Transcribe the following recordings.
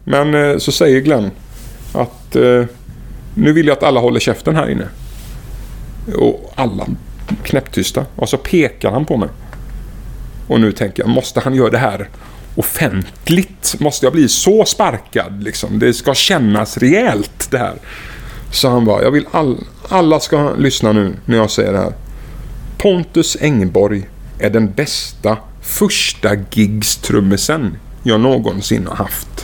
Men så säger Glenn att nu vill jag att alla håller käften här inne. Och alla knäpptysta. Och så pekar han på mig. Och nu tänker jag, måste han göra det här offentligt? Måste jag bli så sparkad liksom? Det ska kännas rejält det här. Så han bara, jag vill alla ska lyssna nu när jag säger det här. Pontus Engborg är den bästa första gigs-trummisen jag någonsin har haft.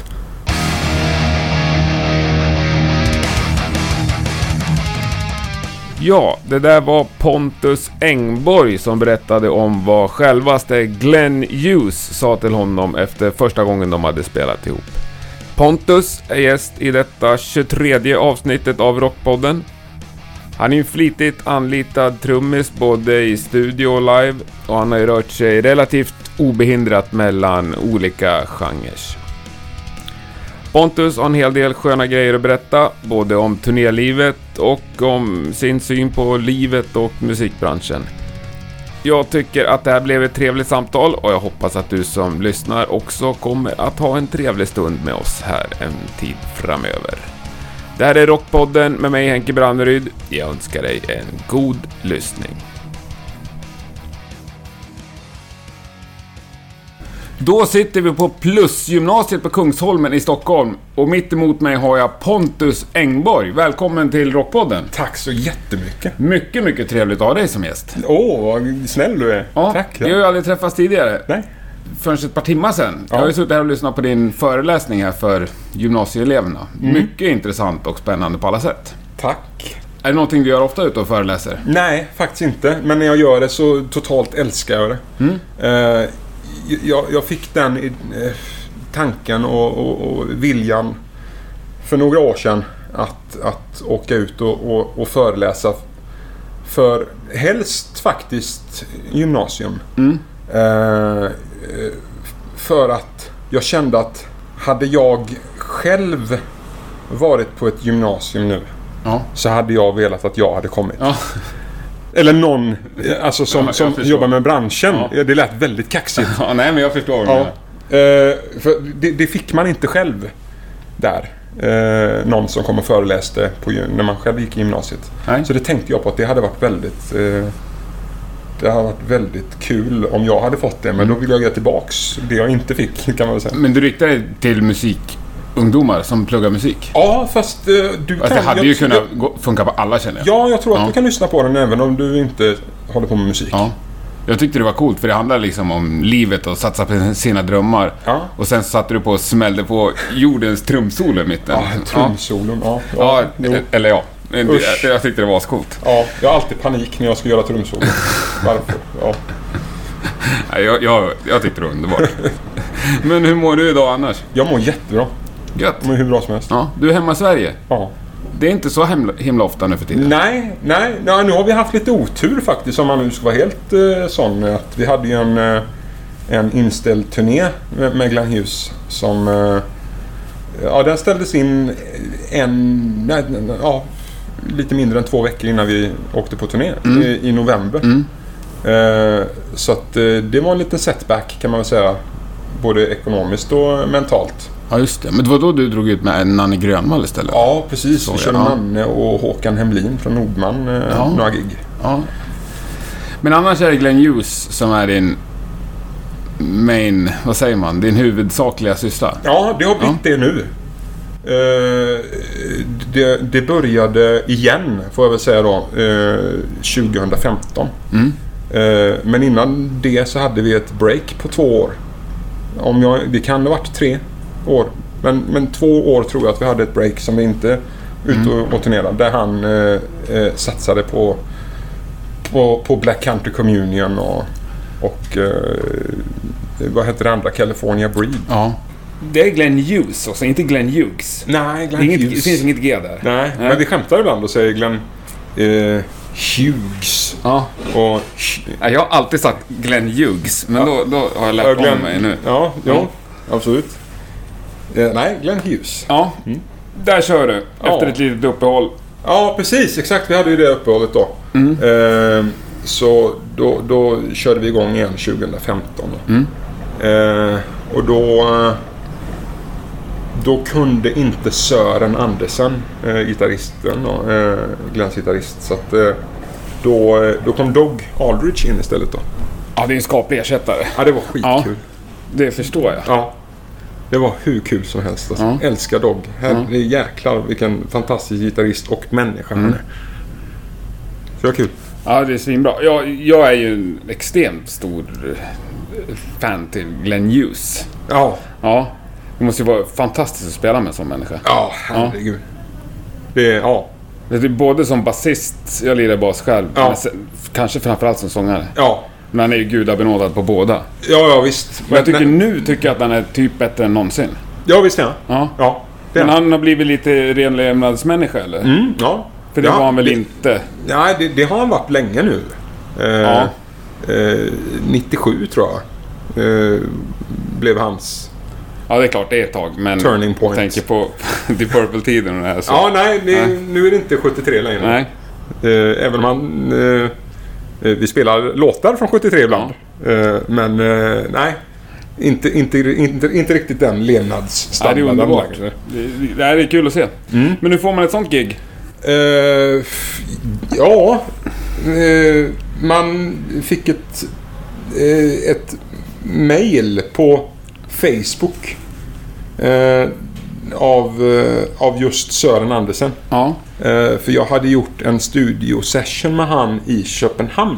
Ja, det där var Pontus Engborg som berättade om vad självaste Glenn Hughes sa till honom efter första gången de hade spelat ihop. Pontus är gäst i detta 23:e avsnittet av Rockpodden. Han är ju flitigt anlitad trummis både i studio och live, och han har ju rört sig relativt obehindrat mellan olika genrer. Pontus har en hel del sköna grejer att berätta, både om turnélivet och om sin syn på livet och musikbranschen. Jag tycker att det här blev ett trevligt samtal, och jag hoppas att du som lyssnar också kommer att ha en trevlig stund med oss här en tid framöver. Det här är Rockpodden med mig, Henke Branneryd. Jag önskar dig en god lyssning. Då sitter vi på Plusgymnasiet på Kungsholmen i Stockholm, och mitt emot mig har jag Pontus Engborg. Välkommen till Rockpodden. Tack så jättemycket. Mycket, mycket trevligt att ha dig som gäst. Vad snäll du är. Ja, tack. Vi har ju aldrig träffats tidigare. Nej. Förrän ett par timmar sedan. Jag har ju suttit här och lyssnat på din föreläsning här för gymnasieeleverna. Mycket intressant och spännande på alla sätt. Tack. Är det någonting du gör ofta ute och föreläser? Nej, faktiskt inte. Men när jag gör det så totalt älskar jag det. Jag fick den tanken och viljan för några år sedan att åka ut och föreläsa för helst faktiskt gymnasium. För att jag kände att hade jag själv varit på ett gymnasium nu, så hade jag velat att jag hade kommit. Ja. Eller någon alltså som jobbar med branschen. Ja. Det lät väldigt kaxigt. Ja, nej, men jag förstår. Ja. För det fick man inte själv där. Någon som kom och föreläste när man själv gick i gymnasiet. Nej. Så det tänkte jag på att det hade varit väldigt kul om jag hade fått det. Men då vill jag ge tillbaks det jag inte fick, kan man väl säga. Men du riktar dig till musikungdomar som pluggar musik? Ja, fast du kan... Det hade ju kunnat funka på alla, känner jag. Ja, jag tror att du kan lyssna på den även om du inte håller på med musik. Ja. Jag tyckte det var coolt, för det handlar liksom om livet och satsa på sina drömmar. Ja. Och sen satte du på och smällde på jordens trumsolo i mitten. Ja, trumsolon. Eller ja. Jag tyckte det var så coolt. Ja, jag har alltid panik när jag ska göra trumsolo. Varför? Ja. Jag tyckte det var underbart. Men hur mår du idag annars? Jag mår jättebra. Gött. Jag mår hur bra som helst. Ja, du är hemma i Sverige? Ja. Det är inte så himla ofta nu för tiden. Nej, nu har vi haft lite otur faktiskt, om man nu ska vara helt sån. Att vi hade ju en inställd turné med Glenn Hughes som... den ställdes in lite mindre än 2 veckor innan vi åkte på turné i november. Så att det var en liten setback, kan man väl säga, både ekonomiskt och mentalt. Ja, just det. Men det var då du drog ut med Nanne Grönvall istället? Ja, precis. Vi körde Nanne och Håkan Hemlin från Nordman några gig. Ja. Men annars är det Glenn Hughes som är din main, vad säger man, din huvudsakliga syssla? Ja, det har blivit det nu. Det började igen, får jag väl säga då, 2015. Men innan det så hade vi ett break på 2 år. Det kan ha varit 3 år. Men 2 år tror jag att vi hade ett break som vi inte ut och turnerade. Där han satsade på Black Country Communion och vad heter det andra? California Breed. Ja. Det är Glenn Hughes också, inte Glenn Hughes. Nej, Glenn Hughes. Det finns inget G där. Nej, men vi skämtar ibland och säger Glenn Hughes. Ja. Och jag har alltid sagt Glenn Hughes, men då har jag lärt om mig nu. Ja, absolut. Nej, Glenn Hughes. Ja, där kör du. Efter ett litet uppehåll. Ja, precis. Exakt, vi hade ju det uppehållet då. Så då körde vi igång igen 2015. Och då kunde inte Sören Andersen, gitarristen då, Glens gitarrist, så att då kom Dog Aldrich in istället då. Ja, det är en skaplig ersättare. Ja, det var skitkul. Ja, det förstår jag. Ja, det var hur kul som helst alltså. Älskar Dog. Det är jäklar vilken fantastisk gitarrist och människa han är. Så det var kul. Ja, det är svinbra. Jag är ju en extremt stor fan till Glenn Hughes. Ja. Ja, det måste ju vara fantastiskt att spela med en sån människa. Ja, herregud. Det är, Det är både som basist, jag lirar bas själv, men kanske framförallt som sångare. Ja. Men han är ju gudabenådad på båda. Ja, visst. Men jag tycker att han är typ bättre än någonsin. Ja, visst ja. Ja. Men han har blivit lite renlevnadsmänniska, eller? Ja. För det var han väl inte? Nej, det har han varit länge nu. 97 tror jag. Blev hans... Ja, det är klart, det är ett tag. Men turning point. Jag tänker på The Purple-tiden och det här. Så. Ja, nej, nu är det inte 73 längre. Nej. Även om han... vi spelar låtar från 73 ibland. Men nej, inte riktigt den levnadsstandarden. Nej, det är underbart. Det är kul att se. Men nu får man ett sånt gig? Man fick ett mail på Facebook av just Sören Andersen. Ja. För jag hade gjort en studiosession med han i Köpenhamn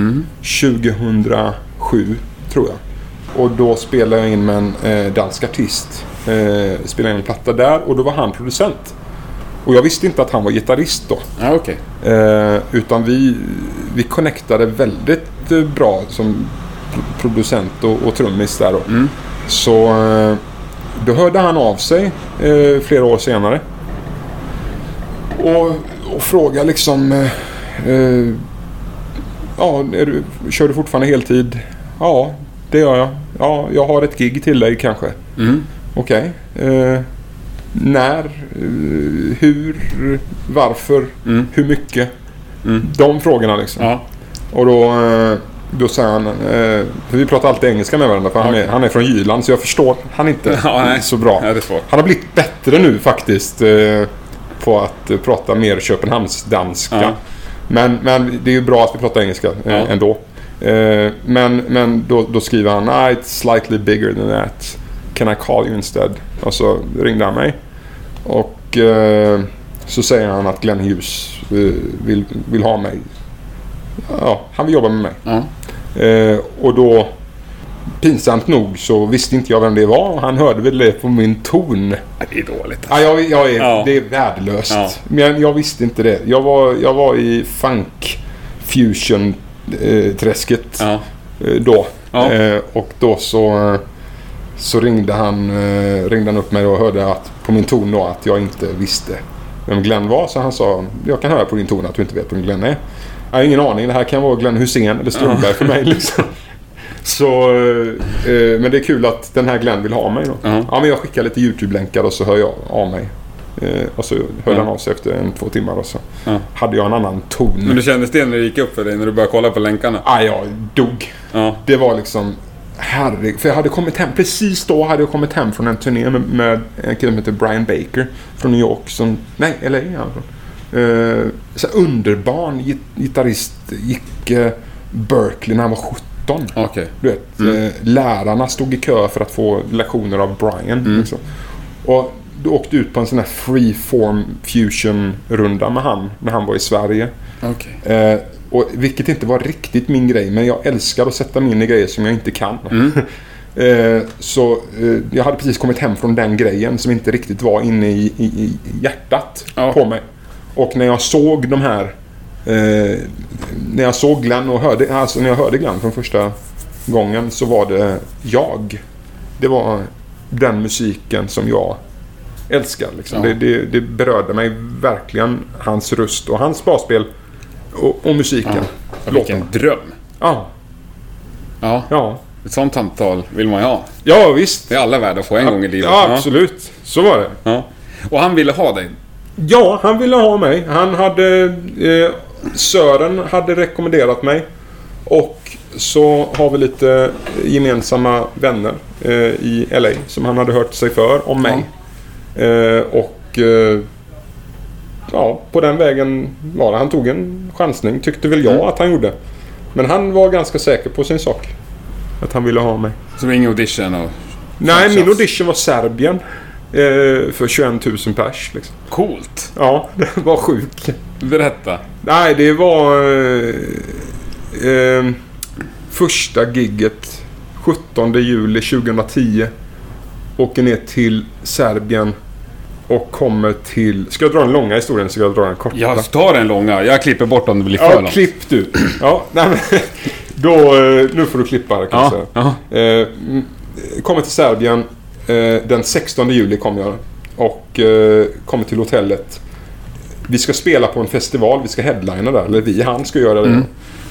2007 tror jag. Och då spelade jag in med en dansk artist. Spelade in en platta där och då var han producent. Och jag visste inte att han var gitarrist då. Ja, okej. Utan vi connectade väldigt bra som producent och trummis där då. Så då hörde han av sig flera år senare. Och frågade liksom... kör du fortfarande heltid? Ja, det gör jag. Ja, jag har ett gig till dig kanske. Okej. När? Hur? Varför? Hur mycket? De frågorna liksom. Ja. Och då sa han... för vi pratar alltid engelska med varandra. För han är från Jylland så jag förstår han inte så bra. Ja, det är svårt. Han har blivit bättre nu faktiskt på att prata mer Köpenhamnsdanska. Ja. Men det är ju bra att vi pratar engelska ändå. Men då skriver han it's slightly bigger than that. Can I call you instead? Och så ringde han mig. Och så säger han att Glenn Hughes vill ha mig. Ja, han vill jobba med mig. Och då pinsamt nog så visste inte jag vem det var. Och han hörde väl det på min ton. Det är dåligt. Det är värdelöst. Ja. Men jag visste inte det. Jag var i funk fusion träsket då. Ja. Och då så ringde han upp mig och hörde att på min ton då att jag inte visste vem Glenn var. Så han sa, jag kan höra på din ton att du inte vet vem Glenn är. Jag har ingen aning, det här kan vara Glenn Hussein eller Strömberg för mig liksom. Så, men det är kul att den här Glenn vill ha mig då. Ja, men jag skickar lite YouTube-länkar och så hör jag av mig. Och så hörde han av sig efter 2 timmar och så hade jag en annan ton. Men du kände det när det gick upp för dig när du började kolla på länkarna? Jag dog. Ja. Det var liksom herregud. För jag hade kommit hem, precis då hade jag kommit hem från en turné med en kille som heter Brian Baker från New York. LA alltså. Så underbarn gitarrist gick Berkeley när han var 17. Okay. Du vet, lärarna stod i kö för att få lektioner av Brian. Liksom. Och du åkte ut på en sån här freeform fusion-runda med han när han var i Sverige. Okay. Och vilket inte var riktigt min grej, men jag älskar att sätta mig in i grejer som jag inte kan. Så jag hade precis kommit hem från den grejen som inte riktigt var inne i hjärtat på mig. Och när jag såg de här när jag såg Glenn och när jag hörde Glenn från första gången så var det var den musiken som jag älskar liksom. Det berörde mig verkligen, hans röst och hans basspel och musiken. Vilken dröm. Ja. Ett sånt samtal vill man ju ha. Ja, visst. Det är alla värda att få en gång i livet. Ja, absolut. Så var det. Ja. Och han ville ha dig. Ja, han ville ha mig. Han hade Sören hade rekommenderat mig. Och så har vi lite gemensamma vänner i LA som han hade hört sig för om mig. Ja, på den vägen var det. Han tog en chansning, tyckte väl jag att han gjorde. Men han var ganska säker på sin sak. Att han ville ha mig. Så det var ingen audition? Och nej, min audition var Serbien. För 21 000 pers liksom. Coolt. Ja, det var sjukt. Berätta. Nej, det var första gigget 17 juli 2010. Åker ner till Serbien och kommer till... Ska jag dra den långa historien, så ska jag dra den korta? Jag tar den långa. Jag klipper bort om det blir för långt. Ja, klipp du. Ja, nej, men, då, nu får du klippa det, kan jag säga. Kommer till Serbien. Den 16 juli kom jag. Och kommer till hotellet. Vi ska spela på en festival. Vi ska headlina där. Eller han ska göra det.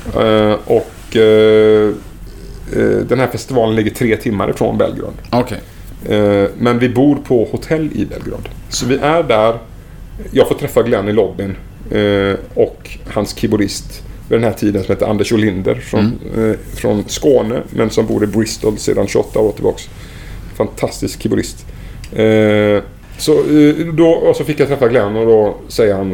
Den här festivalen ligger 3 timmar ifrån Belgrad. Okej. Men vi bor på hotell i Belgrad. Så vi är där. Jag får träffa Glenn i lobbyn. Och hans keyboardist vid den här tiden, som heter Anders Olinder från Skåne, men som bor i Bristol sedan 28 år tillbaks. Fantastisk keyboardist. Och så fick jag träffa Glenn, och då säger han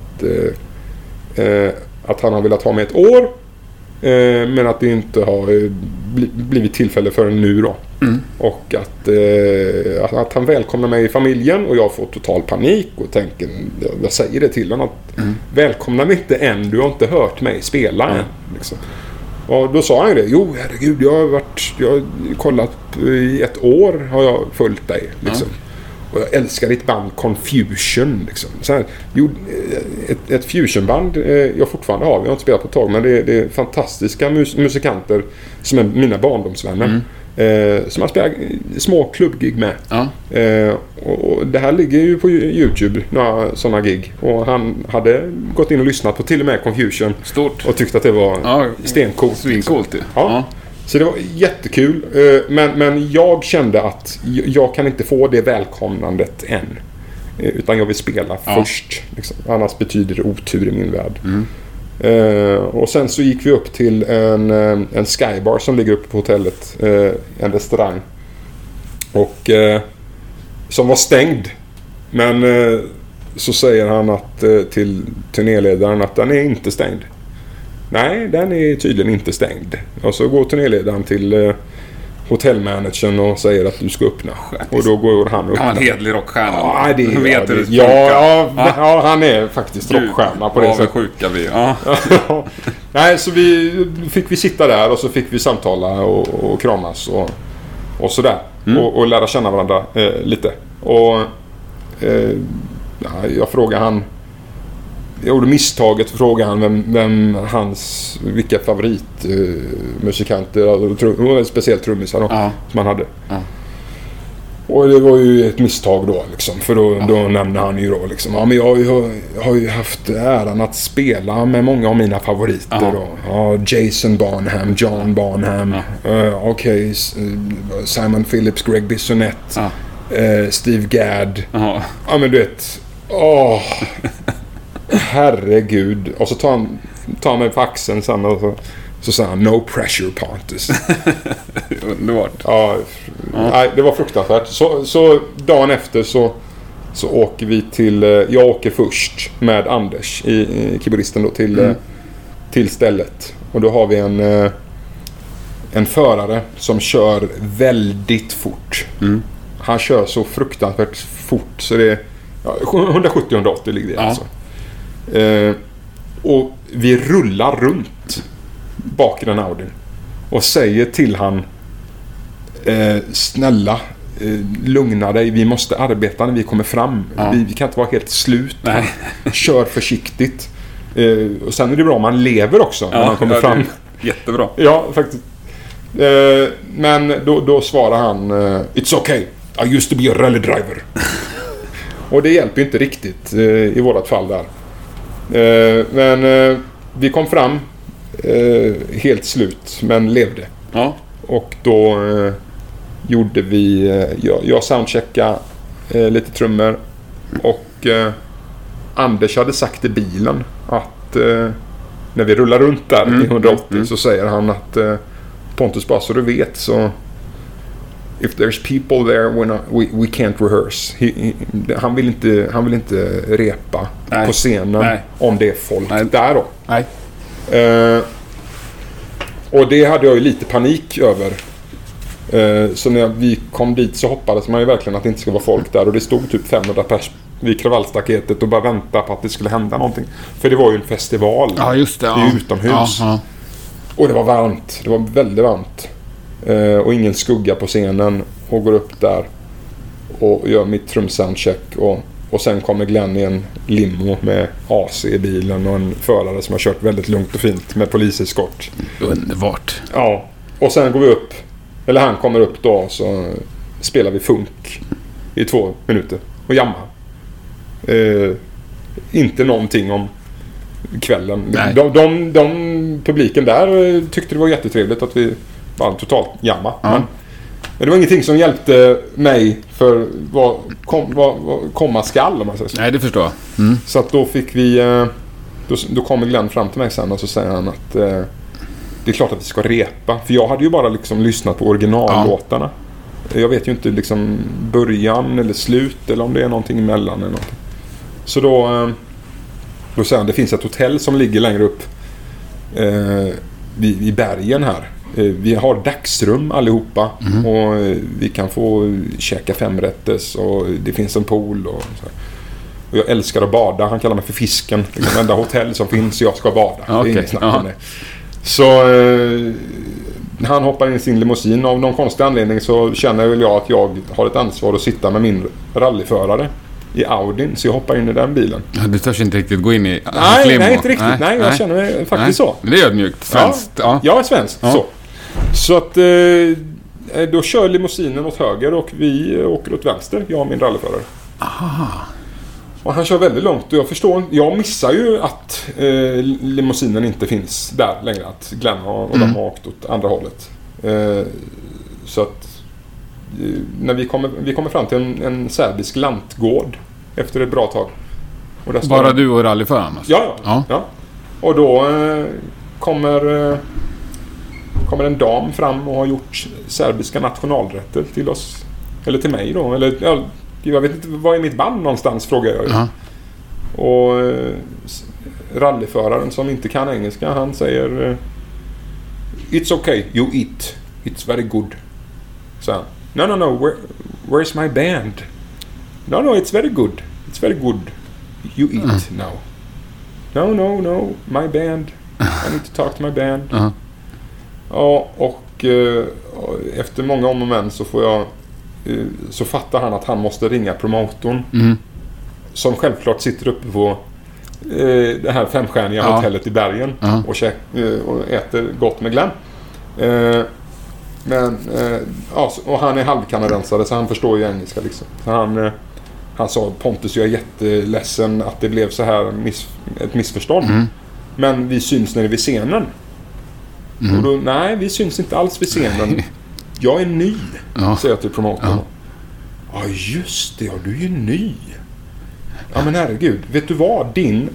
att han har velat ha med ett år, men att det inte har blivit tillfälle förrän nu då. Och att han välkomnar mig i familjen, och jag får total panik och tänker, jag säger det till honom, att välkomna mig inte än, du har inte hört mig spela än, liksom. Och då sa han ju det. Jo, herregud, jag har kollat i ett år, har jag följt dig liksom. Och jag älskar ditt band Confusion liksom. Så här, ett fusionband jag fortfarande har. Vi har inte spelat på ett tag, men det är fantastiska musikanter som är mina barndomsvänner. Som har spelat små klubbgig med. Och det här ligger ju på YouTube, några sådana gig. Och han hade gått in och lyssnat på till och med Confusion. Stort. Och tyckte att det var stencoolt. Svincoolt. Ja. Så det var jättekul. Men jag kände att jag kan inte få det välkomnandet än. Utan jag vill spela först. Liksom. Annars betyder det otur i min värld. Och sen så gick vi upp till en skybar som ligger uppe på hotellet. En restaurang. Och som var stängd. Men så säger han till turnéledaren att den är inte stängd. Nej, den är tydligen inte stängd. Och så går turnéledaren till hotellmanagern och säger att du ska öppna. Och då går han upp. Han är hedlig rockstjärna. Ja, det är vet det. Ja, han är faktiskt rockstjärna på det sättet. Sjuka vi. Nej, så fick vi sitta där, och så fick vi samtala och kramas och sådär. Och lära känna varandra lite. Och jag frågade jag gjorde misstaget att fråga han vilka favoritmusikanter, speciellt trummisar då, som han hade. Och det var ju ett misstag då liksom, för då nämnde han ju då liksom, men jag har ju haft äran att spela med många av mina favoriter då. Jason Bonham, John Bonham, Simon Phillips, Greg Bissonette, Steve Gadd. Ja, men du vet, herregud. Och så tar han mig på axeln sen, och så sa han, no pressure Pontus. Underbart. Nej, det var fruktansvärt. Så dagen efter så åker vi till, jag åker först med Anders i keyboardisten då till stället. Och då har vi en förare som kör väldigt fort. Han kör så fruktansvärt fort så det är 170-180 ligger det alltså. Och vi rullar runt bak i den Audin och säger till han, snälla, lugna dig, vi måste arbeta när vi kommer fram. Vi kan inte vara helt slut. Kör försiktigt. Och sen är det bra om man lever också när man kommer fram. Jättebra. Ja, faktiskt. Men då svarar han, it's okay, I used to be a rally driver. Och det hjälper inte riktigt i vårat fall där. Men vi kom fram helt slut, men levde. Och då gjorde vi, jag soundcheckade lite trummor, och Anders hade sagt i bilen att när vi rullar runt där i 180 så säger han att Pontus, bara så du vet, så if there's people there we can't rehearse. Han vill inte repa på scenen om det är folk där då. Nej. Och det hade jag ju lite panik över. Så när vi kom dit så hoppades man ju verkligen att det inte skulle vara folk där. Och det stod typ 500 pers vid kravallstaketet och bara väntade på att det skulle hända någonting. För det var ju en festival. Ja, just det. Det är utomhus. Ja. Och det var varmt. Det var väldigt varmt. Och ingen skugga på scenen. Och går upp där och gör mitt trumsoundcheck. Och sen kommer Glenn i en limo med AC i bilen och en förare som har kört väldigt lugnt och fint med poliseskort. Underbart. Ja, och sen går vi upp. Eller han kommer upp då, så spelar vi funk i 2 minuter och jamma. Inte någonting om kvällen. De publiken där tyckte det var jättetrevligt att vi bara totalt jamma. Men det var ingenting som hjälpte mig för vad komma skall, om man säger så. Nej, det förstår jag. Så att då fick vi... Då kommer Glenn fram till mig sen och så säger han att det är klart att vi ska repa. För jag hade ju bara liksom lyssnat på originallåtarna. Jag vet ju inte liksom början eller slut eller om det är någonting emellan eller någonting. Så då säger han, det finns ett hotell som ligger längre upp i bergen här. Vi har dagsrum allihopa och vi kan få käka 5-rätters och det finns en pool och så här. Och jag älskar att bada. Han kallar mig för fisken. Det är det enda hotell som finns, jag ska bada. Det är inget snack om det. Så han hoppar in i sin limousin. Av någon konstig anledning så känner väl jag att jag har ett ansvar att sitta med min rallyförare i Audin. Så jag hoppar in i den bilen. Ja, du törs inte riktigt gå in i Nej, inte riktigt. Nej, jag känner mig faktiskt så. Det är ödmjukt. Svenskt. Ja, jag är svensk. Så att då kör limousinen åt höger och vi åker åt vänster. Jag och min rallyförare. Aha. Och han kör väldigt långt och jag missar ju att limousinen inte finns där längre. Att Glenn och de har åkt åt andra hållet. Så att när vi kommer fram till en serbisk lantgård efter ett bra tag. Och där bara du och rallyföraren? Alltså. Ja. Och då kommer en dam fram och har gjort serbiska nationalrätter till oss. Eller till mig då. Eller jag vet inte, vad är mitt band någonstans, frågar jag ju. Och rallyföraren som inte kan engelska, han säger It's okay, you eat. It's very good. Så han, No, where's my band? No, it's very good. It's very good. You eat now. No, my band. I need to talk to my band. Ja, och efter många om och men så fattar han att han måste ringa promotorn som självklart sitter uppe på det här 5-stjärniga hotellet i bergen och äter gott med Glenn. Och han är halvkanadensare så han förstår ju engelska liksom. Så han sa, Pontus, jag är jätteledsen att det blev så här ett missförstånd. Men vi syns när vi är vid scenen. Och då, nej, vi syns inte alls vid scenen. Jag är ny, säger jag till promotorn. Ja, just det, du är ju ny. Ja, men herregud, vet du vad? Din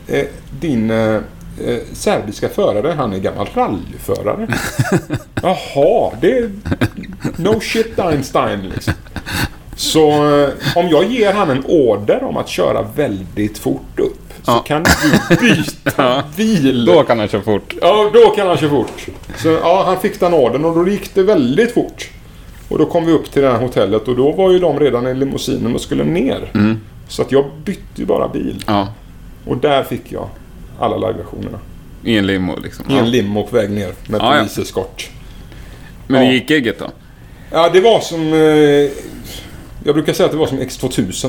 serbiska förare, han är gammal rallyförare. Jaha, det är no shit Einstein liksom. Så om jag ger han en order om att köra väldigt fort upp så kan du byta bil. Då kan han köra fort. Ja, då kan han köra fort. Så han fick den ordern och då gick det väldigt fort. Och då kom vi upp till det här hotellet och då var ju de redan i limousinen och skulle ner. Så att jag bytte ju bara bil. Och där fick jag alla live-versionerna. I en limo liksom. I en limo på väg ner med poliseskort. Men det gick eget då? Ja, det var som... jag brukar säga att det var som X2000.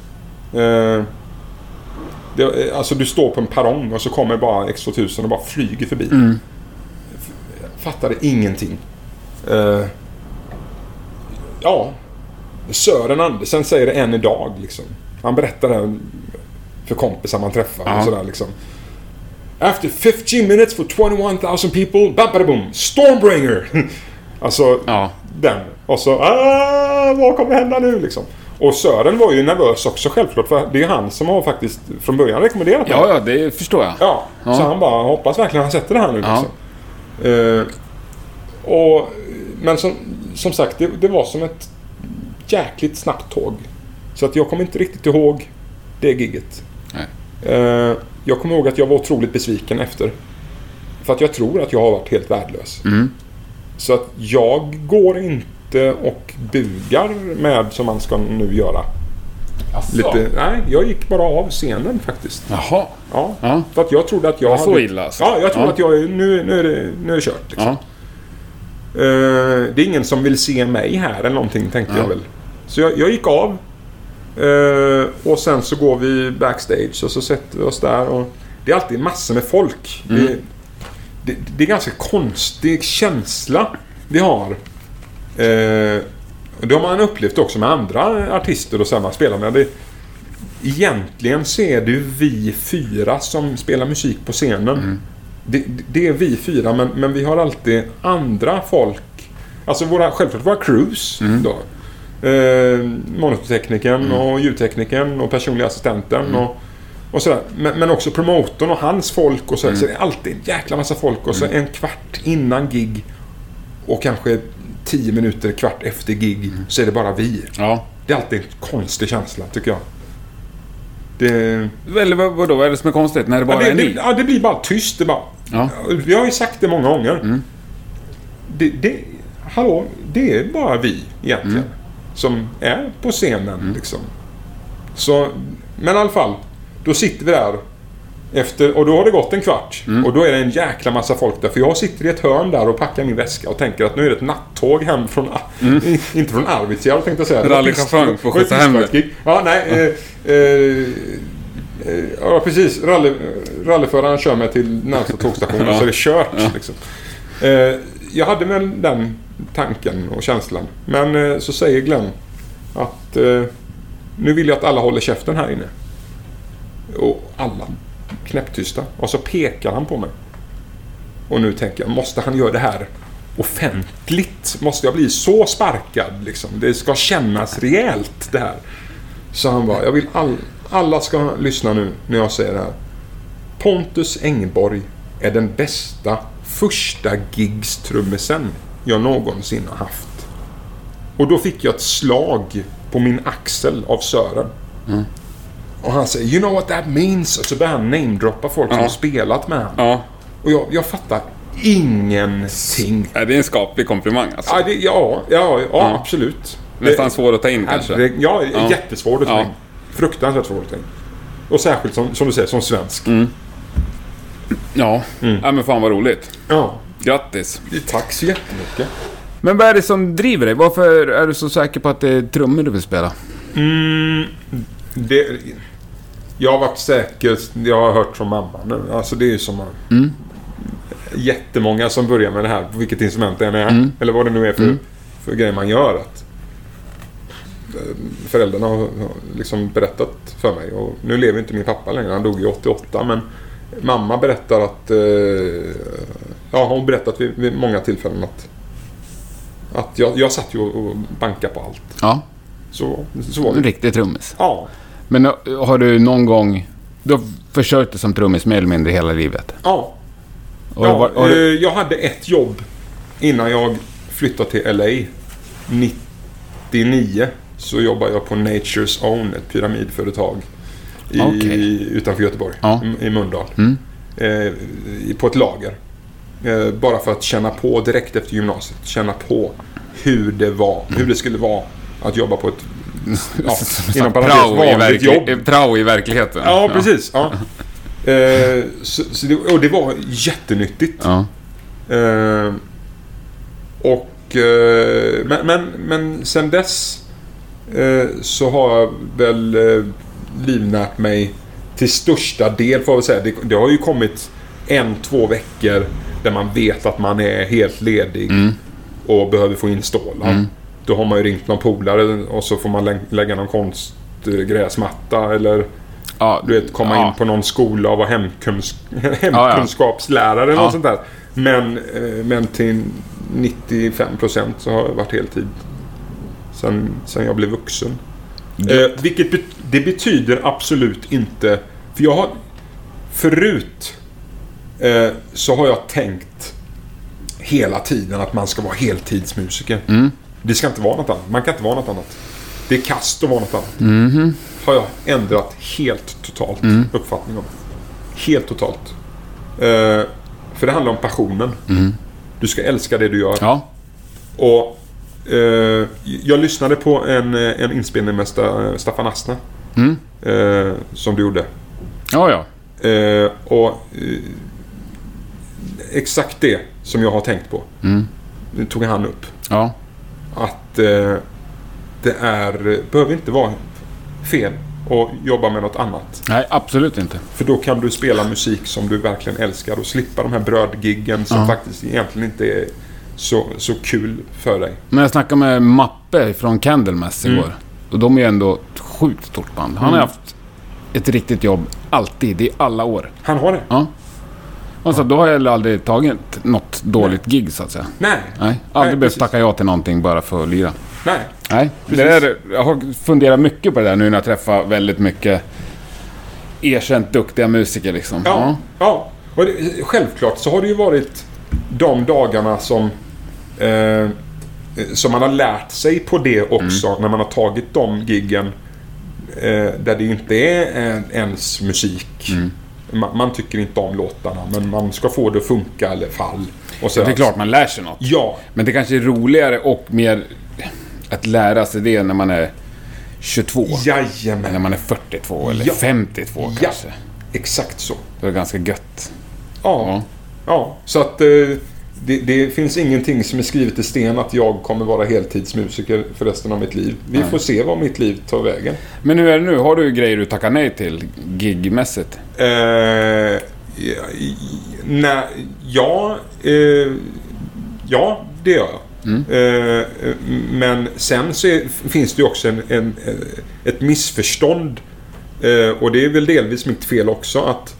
Alltså du står på en perrong och så kommer bara X2000 och bara flyger förbi. Fattade ingenting. Sören Andersen säger det än idag liksom. Han berättar det för kompisar man träffar och sådär liksom. After 15 minutes for 21,000 people, babadabum, Stormbringer. Alltså den. Och så vad kommer hända nu liksom. Och Sören var ju nervös också självklart, för det är han som har faktiskt från början rekommenderat det. Ja, det förstår jag. Ja, så han bara hoppas verkligen han sätter det här nu liksom. Men som sagt, det var som ett jäkligt snabbt tåg. Så att jag kommer inte riktigt ihåg det gigget. Nej. Jag kommer ihåg att jag var otroligt besviken efter. För att jag tror att jag har varit helt värdelös. Så att jag går inte och bugar med som man ska nu göra. Nej, jag gick bara av scenen faktiskt. Jaha. Ja. För att jag trodde att jag hade... Så illa alltså. Ja, jag trodde att nu är det kört liksom. Det är ingen som vill se mig här eller någonting, tänkte jag väl. Så jag gick av. Och sen så går vi backstage och så sätter vi oss där. Och det är alltid massor med folk. Det är ganska konstig känsla vi har. Det har man upplevt också med andra artister och samma spelare. Men egentligen så är det vi 4 som spelar musik på scenen. Det är vi 4, men vi har alltid andra folk. Alltså självklart våra crews då. Monitorteknikern och ljudteknikern och personliga assistenten och sådär. Men också promotorn och hans folk och så. Så det är alltid en jäkla massa folk. Och så en kvart innan gig och kanske 10 minuter, kvart efter gig så är det bara vi. Ja. Det är alltid en konstig känsla, tycker jag. Vadå? Vad är det som är konstigt? När det bara är ni? Ja, det blir bara tyst. Vi har ju sagt det många gånger. Det är bara vi egentligen som är på scenen liksom. Så, men i alla fall, då sitter vi där och då har det gått en kvart och då är det en jäkla massa folk där, för jag sitter i ett hörn där och packar min väska och tänker att nu är det ett nattåg hem från inte från Arvidsjaur, tänkte jag säga. Rallychauffören får skjutsa hem det. Ja, nej. Ja, precis. Rallyföraren kör mig till närmsta tågstationen så är det kört liksom. Jag hade väl den tanken och känslan. Men så säger Glenn att nu vill jag att alla håller käften här inne. Och alla knäpptysta. Och så pekar han på mig. Och nu tänker jag, måste han göra det här offentligt? Måste jag bli så sparkad liksom? Det ska kännas rejält det här. Så han bara, jag vill alla ska lyssna nu när jag säger det här. Pontus Engborg är den bästa första gigstrummisen jag någonsin har haft. Och då fick jag ett slag på min axel av Sören. Och han säger, you know what that means? Och så börjar han namedroppa folk som har spelat med honom. Och jag fattar ingenting. Det är en skaplig komplimang alltså. Ja, absolut. Nästan svår att ta in kanske. Jättesvår att ta in. Fruktansvärt svår att ta in. Och särskilt som du säger, som svensk. Ja, men fan vad roligt. Ja. Grattis. Tack så jättemycket. Men vad är det som driver dig? Varför är du så säker på att det är trummor du vill spela? Jag har varit säker. Jag har hört från mamma nu. Alltså det är ju som jättemånga som börjar med det här, på vilket instrument det än är. Eller vad det nu är för grejer man gör. Att föräldrarna har liksom berättat för mig. Och nu lever inte min pappa längre. Han dog i 88. Men mamma berättar att hon berättat vid många tillfällen att jag satt ju och bankade på allt. Ja. Så var det. En riktig trummis. Ja. Men har du någon gång... Du har försökt det som trummis mer eller mindre hela livet? Ja. Jag hade ett jobb innan jag flyttade till LA. 99 så jobbade jag på Nature's Own, ett pyramidföretag utanför Göteborg, i Mölndal. På ett lager. Bara för att känna på direkt efter gymnasiet. Känna på hur det skulle vara att jobba på ett inom parentes vanligt jobb. Prao i verkligheten. Ja, precis. Ja. Och det var jättenyttigt. Ja. Men sen dess så har jag väl livnärt mig till största del, får jag säga. Det har ju kommit 1-2 veckor där man vet att man är helt ledig och behöver få in stålar. Då har man ju ringt någon polare och så får man lägga någon konstgräsmatta eller komma in på någon skola och vara hemkunskapslärare eller något sånt där. Men till 95% så har jag varit heltid sen jag blev vuxen. Vilket det betyder absolut inte, för jag har förut så har jag tänkt hela tiden att man ska vara heltidsmusiker. Det ska inte vara något annat. Man kan inte vara något annat. Det är kast att vara något annat. Har jag ändrat helt totalt uppfattning om. Helt totalt. För det handlar om passionen. Du ska älska det du gör. Ja. Och jag lyssnade på en inspelning med Staffan Asna. Som du gjorde. Ja. Exakt det som jag har tänkt på. Det tog han upp. Ja. Att det behöver inte vara fel att jobba med något annat. Nej, absolut inte. För då kan du spela musik som du verkligen älskar och slippa de här brödgiggen som faktiskt egentligen inte är så kul för dig. Men jag snackade med Mappe från Candlemass igår. Och de är ju ändå ett sjukt stort band. Han har haft ett riktigt jobb alltid, i alla år. Han har det? Ja. Och så då har jag aldrig tagit något dåligt gig så att säga. Nej. Aldrig behövt tacka ja till någonting bara för att lira. Nej. Jag har funderat mycket på det där nu när jag träffar väldigt mycket erkänt duktiga musiker liksom. Ja. Och självklart så har det ju varit de dagarna som man har lärt sig på det också när man har tagit de giggen där det inte är ens musik. Man tycker inte om låtarna, men man ska få det att funka i alla fall. Och så det är klart man lär sig något. Ja. Men det kanske är roligare och mer att lära sig det när man är 22. Jajamän. Eller när man är 42 eller 52 kanske. Exakt så. Det är ganska gött. Ja. Så att det finns ingenting som är skrivet i sten att jag kommer vara heltidsmusiker för resten av mitt liv. Vi får se vad mitt liv tar vägen. Men hur är det nu? Har du grejer du tackar nej till gigmässigt? Ja, det gör jag. Men sen så finns det ju också ett missförstånd. Och det är väl delvis mitt fel också att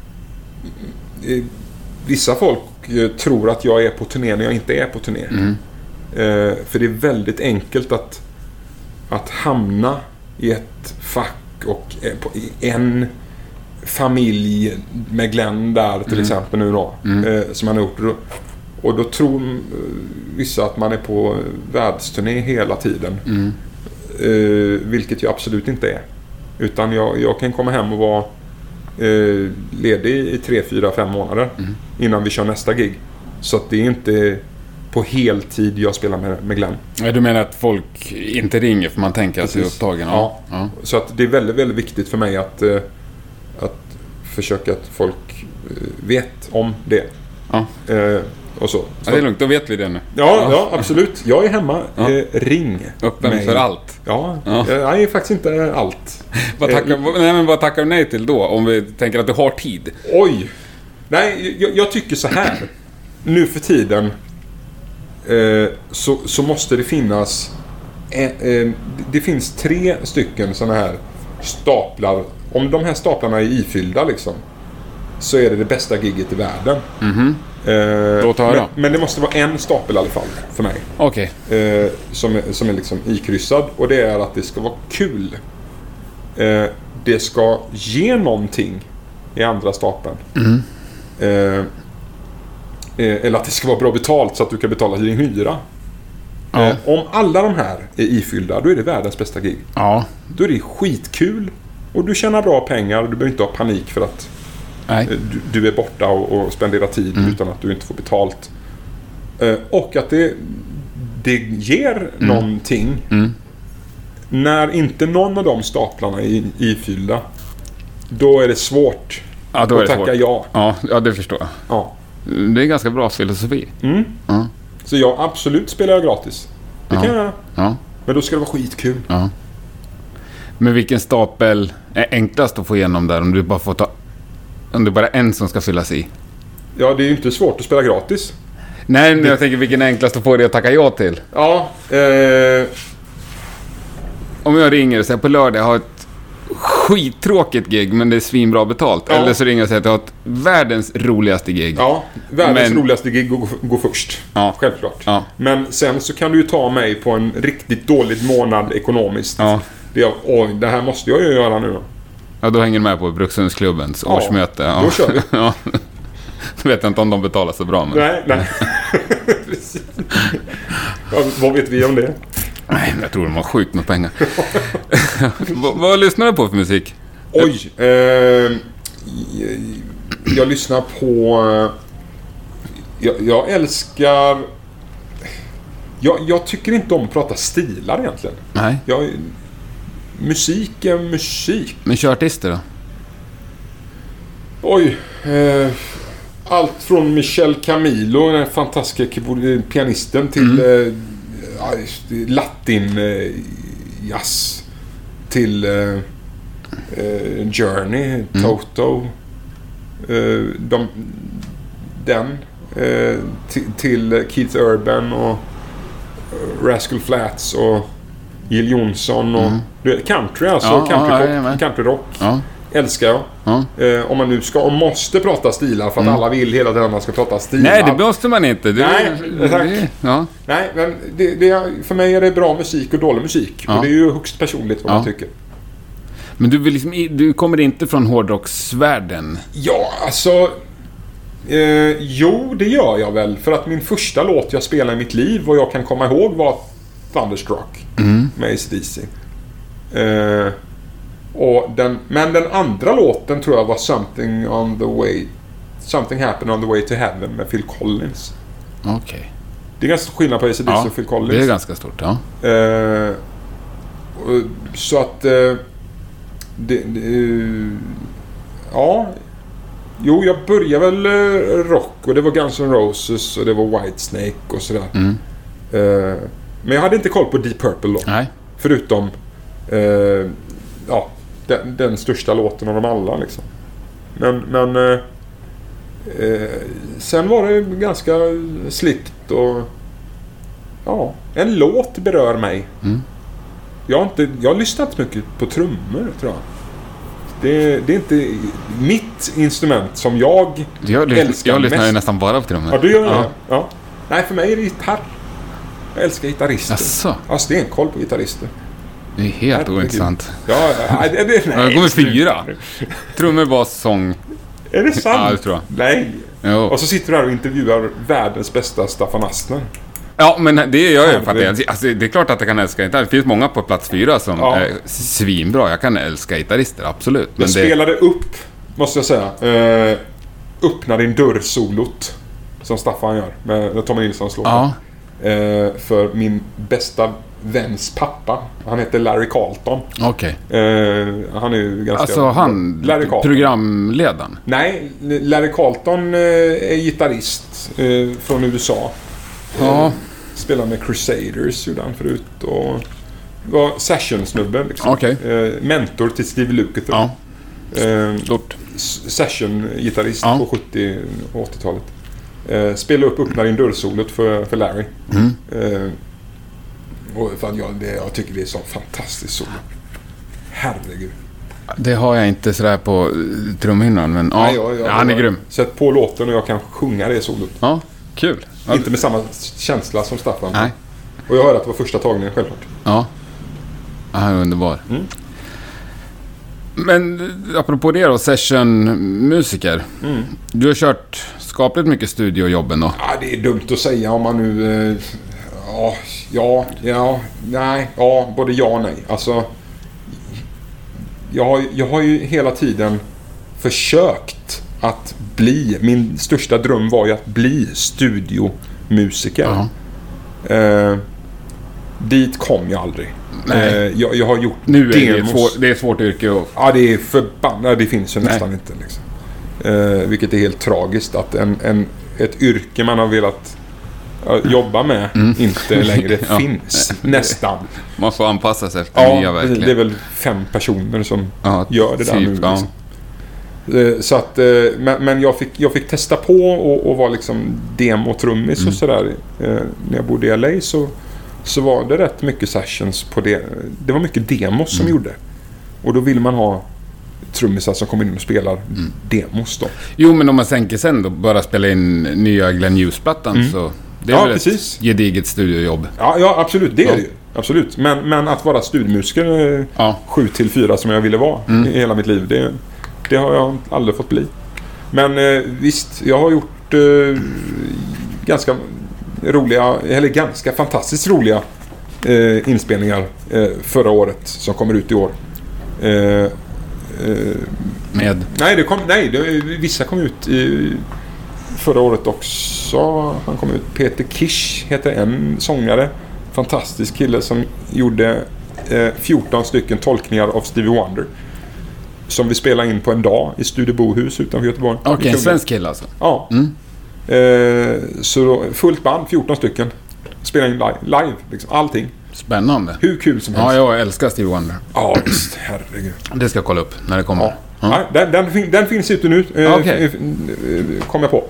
vissa folk tror att jag är på turné när jag inte är på turné. För det är väldigt enkelt att hamna i ett fack och i en familj med Glenn där till exempel nu då, som man har gjort. Och då tror vissa att man är på världsturné hela tiden. Vilket jag absolut inte är. Utan jag kan komma hem och vara ledig i 3, 4, 5 månader innan vi kör nästa gig. Så att det är inte på heltid jag spelar med Glenn. Du menar att folk inte ringer för man tänker att det är upptagen? Ja. Så att det är väldigt, väldigt viktigt för mig att försöka att folk vet om det. Och så. Det är lugnt, då vet vi det nu. Ja, absolut. Jag är hemma. Ring. Öppen mig. För allt. Ja. Jag är faktiskt inte allt. Vad tackar du nej till då? Om vi tänker att du har tid. Oj. Nej, jag tycker så här. Nu för tiden så måste det finnas det finns 3 stycken såna här staplar. Om de här staplarna är ifyllda liksom, så är det bästa gigget i världen. Men det måste vara en stapel i alla fall för mig. Okej. Som är liksom ikryssad. Och det är att det ska vara kul. Det ska ge någonting i andra stapeln. Eller att det ska vara bra betalt så att du kan betala din hyra. Om alla de här är ifyllda, då är det världens bästa gig. Då är det skitkul. Och du tjänar bra pengar. Du behöver inte ha panik för att du är borta och spenderar tid utan att du inte får betalt. Och att det ger någonting. När inte någon av de staplarna är ifyllda, då är det svårt att tacka ja. Ja, det förstår jag. Ja. Det är ganska bra filosofi. Så jag absolut spelar jag gratis. Det kan jag. Men då ska det vara skitkul. Men vilken stapel är enklast att få igenom där om du bara får om det bara är en som ska fyllas i? Ja, det är ju inte svårt att spela gratis. Nej, men jag tänker vilken är enklast att få det att tacka ja till? Ja. Om jag ringer och säger på lördag jag har ett skittråkigt gig men det är svinbra betalt. Eller så ringer jag och säger att jag har ett världens roligaste gig. Ja, världens roligaste gig går först. Självklart. Men sen så kan du ju ta mig på en riktigt dålig månad ekonomiskt. Det här måste jag ju göra nu då. Ja, då hänger du med på Brukshundsklubbens årsmöte. Då kör vi. Jag vet inte om de betalar så bra. Men... Nej. Precis. Vad vet vi om det? Nej, jag tror de har sjukt med pengar. Vad lyssnar du på för musik? Oj, jag lyssnar på... Jag älskar... Jag tycker inte om att prata stilar egentligen. Nej. Musik är musik. Men kör artister då? Oj. Allt från Michel Camilo, den fantastiska pianisten, till latin jazz, till Journey, Toto, till Keith Urban och Rascal Flatts och Jill Johnson och country, alltså countryrock. Ja. Älskar jag. Om man nu måste prata stilar för att alla vill hela tiden att man ska prata stilar. Nej, det måste man inte. Nej, men för mig är det bra musik och dålig musik. Och det är ju högst personligt vad man tycker. Men du kommer inte från hårdrocksvärlden? Ja, alltså... jo, det gör jag väl. För att min första låt jag spelade i mitt liv, och jag kan komma ihåg, var Thunderstruck med AC/DC. Men den andra låten tror jag var Something Happened on the Way to Heaven med Phil Collins. Okej. Det är ganska skillnad på AC/DC och Phil Collins. Det är ganska stort, ja. Så att jo, jag började väl rock, och det var Guns N' Roses och det var Whitesnake och sådär. Men jag hade inte koll på Deep Purple då. Nej. Förutom den största låten av dem alla liksom. Men sen var det ganska slickt, och en låt berör mig. Jag har lyssnat inte mycket på trummor, tror jag. Det är inte mitt instrument som jag älskar. Jag lyssnar ju nästan bara på trummor. Ja, du gör det? Ja. Nej, för mig är det gitarr. Jag älskar gitarrister. Asså? Jag har stenkoll på gitarrister. Det är helt ointressant. Nej. Jag går med 4. Trummor, bas, sång. Är det sant? Ja, det tror jag. Nej. Jo. Och så sitter du här och intervjuar världens bästa Staffan Astner. Ja, men det gör jag faktiskt. Alltså, det är klart att jag kan älska gitarr. Det finns många på plats 4 som är svinbra. Jag kan älska gitarrister, absolut. Men jag spelade upp, måste jag säga, Öppna din dörr-solot som Staffan gör med Tommy Nilssons låt. För min bästa väns pappa. Han heter Larry Carlton. Okej. Han är ju ganska... Alltså Larry Carlton. Programledaren? Nej, Larry Carlton är gitarrist från USA. Ja. Spelade med Crusaders gjorde han förut, och var session-snubben liksom. Mentor till Steve Lukather. Session-gitarrist på 70- och 80-talet. Spelade upp Öppna din dörr-solot för Larry. Och för att jag tycker det är så fantastiskt solo. Herregud. Det har jag inte sådär på trumhinnan, men han är grym. Sätt på låten och jag kan sjunga det solot. Ja, kul. Inte med samma känsla som Staffan. Nej. Och jag hörde att det var första tagningen, självklart. Ja, han är underbar. Men apropå det då, sessionmusiker. Du har kört skapligt mycket studiojobben då? Ja, det är dumt att säga om man nu... både ja och nej. Alltså, jag har ju hela tiden försökt att bli... Min största dröm var ju att bli studiomusiker. Dit kom jag aldrig. Jag har gjort nu är det är ett svårt yrke. Ja, det är förbannat. Det finns ju nästan inte. Liksom. Vilket är helt tragiskt. Att ett yrke man har velat jobba med inte längre finns. Nästan. Man får anpassa sig efter nya verkligen. Det är väl 5 personer som gör det där nu. Liksom. Så att, men jag fick testa på och var liksom demo-trummis och sådär. När jag bodde i LA så var det rätt mycket sessions på det. Det var mycket demos som gjorde. Och då vill man ha trummisar som kommer in och spelar demos då. Jo, men om man tänker sen då, bara spela in nya Glenn Hughes-plattan så det är väl ett gediget studiojobb. Ja, absolut. Det är det ju. Absolut. Men att vara studiomusiker 7-4 som jag ville vara i hela mitt liv, det har jag aldrig fått bli. Men visst, jag har gjort ganska roliga, eller ganska fantastiskt roliga inspelningar förra året som kommer ut i år. Med? Vissa kom ut förra året också. Han kom ut. Peter Kish heter en sångare. Fantastisk kille som gjorde 14 stycken tolkningar av Stevie Wonder. Som vi spelade in på en dag i Studio Bohus utanför Göteborg. Okej, en svensk kille alltså? Ja. Så då, fullt band, 14 stycken. Spela in live liksom, allting. Spännande. Hur kul som helst. Ja, jag älskar Stevie Wonder. Ja, visst, herregud. Det ska jag kolla upp när det kommer. Ja. Den finns ute nu. Kom jag på.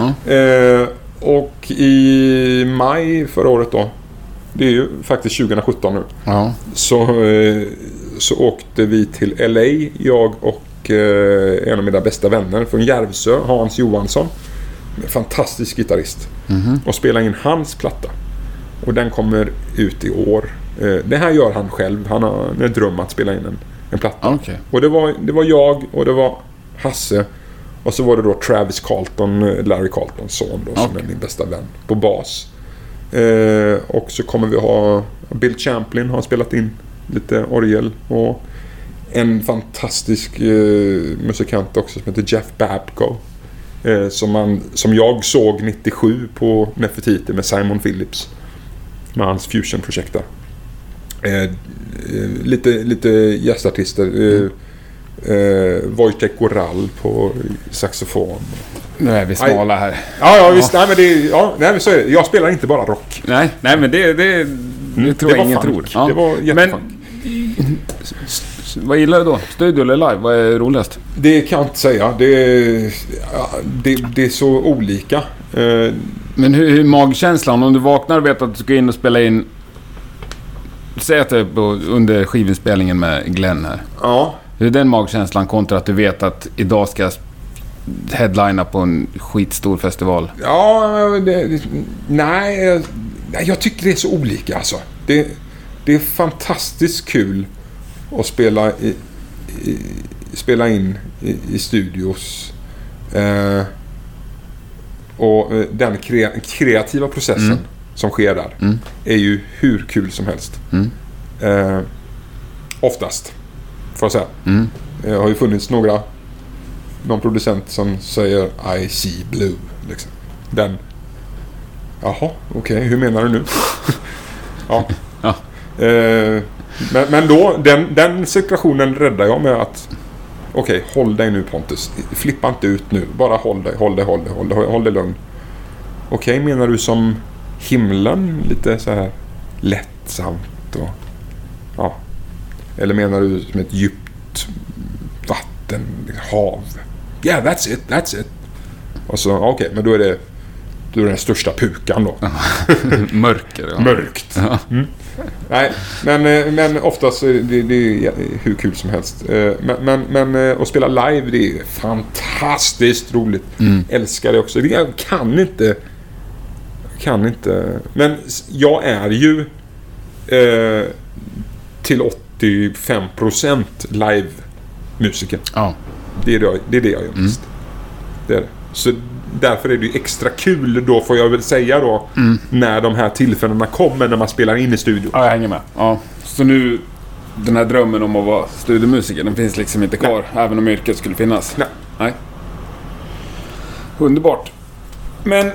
Och i maj förra året då, det är ju faktiskt 2017 nu. Ja. Så åkte vi till LA, jag och en av mina bästa vänner från Järvsö, Hans Johansson. Fantastisk gitarrist. Och spela in hans platta. Och den kommer ut i år. Det här gör han själv. Han har en dröm att spela in en platta. Okay. Och det var jag och det var Hasse. Och så var det då Travis Carlton, Larry Carltons son då, som är min bästa vän på bas. Och så kommer vi ha Bill Champlin har spelat in lite orgel. Och en fantastisk musikant också som heter Jeff Babco. Som jag såg 97 på Nefertiti med Simon Phillips. Med hans fusion-projekt där. Lite gästartister. Wojtek Goral på saxofon. Nu är vi smala här. Ja, visst. Nej, så är det. Jag spelar inte bara rock. Nej, men det tror jag ingen tror. Ja. Det var jättefunk. Men vad gillar du då? Studio eller live? Vad är roligast? Det kan jag inte säga. Det är så olika. Men hur är magkänslan? Om du vaknar och vet att du ska in och spela in... Säg att det är under skivinspelningen med Glenn här. Ja. Hur är den magkänslan kontra att du vet att idag ska jag headlina på en skitstor festival? Ja, nej, jag tycker det är så olika alltså. Det är fantastiskt kul att spela in i studios. Och den kreativa processen som sker där är ju hur kul som helst. Oftast, får jag säga. Det har ju funnits någon producent som säger I see blue liksom. Jaha, okej, hur menar du nu? Ja. Men då, den situationen räddar jag med att okej, håll dig nu Pontus. Flippa inte ut nu. Bara håll dig lugn. Okej, menar du som himlen? Lite så här lättsamt och... Ja. Eller menar du som ett djupt vatten, hav? Yeah, that's it. Och så, okej, men då är det den största pukan då. Mörker, ja. Mörkt. Ja. Nej, men oftast är det är hur kul som helst. Men att spela live, det är fantastiskt roligt. Älskar det också. Jag kan inte. Men jag är ju till 85% live-musiker. Ja. Det är det jag gör mest. Det är det. Så därför är det ju extra kul då, får jag väl säga då, när de här tillfällena kommer när man spelar in i studio. Ja, jag hänger med. Ja. Så nu, den här drömmen om att vara studiomusiker, den finns liksom inte kvar. Nej. Även om yrket skulle finnas. Nej. Underbart. Men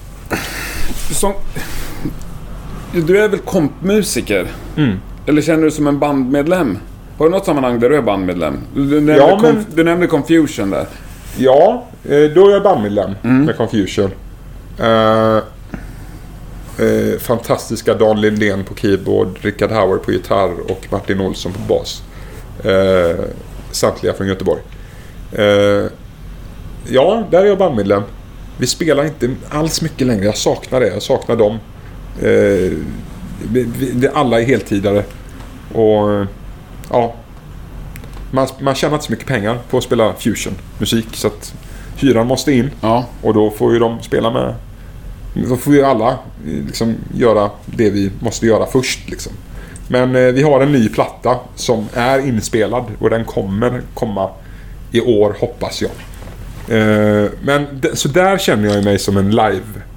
du är väl kompmusiker? Eller känner du som en bandmedlem? Har du något sammanhang där du är bandmedlem? Du nämnde Confusion där. Ja, då är jag bandmedlem med Confusion. Fantastiska Dan Lindén på keyboard, Richard Hauer på gitarr och Martin Olsson på bas. Samtliga från Göteborg. Ja, där är jag bandmedlem. Vi spelar inte alls mycket längre. Jag saknar det. Jag saknar dem. Alla är heltidare. Och ja, man tjänar inte så mycket pengar på att spela fusion-musik, så att hyran måste in. Ja. Och då får ju de spela med. Då får vi alla liksom göra det vi måste göra först liksom. Men vi har en ny platta som är inspelad och den kommer komma i år, hoppas jag. Men så där känner jag mig som en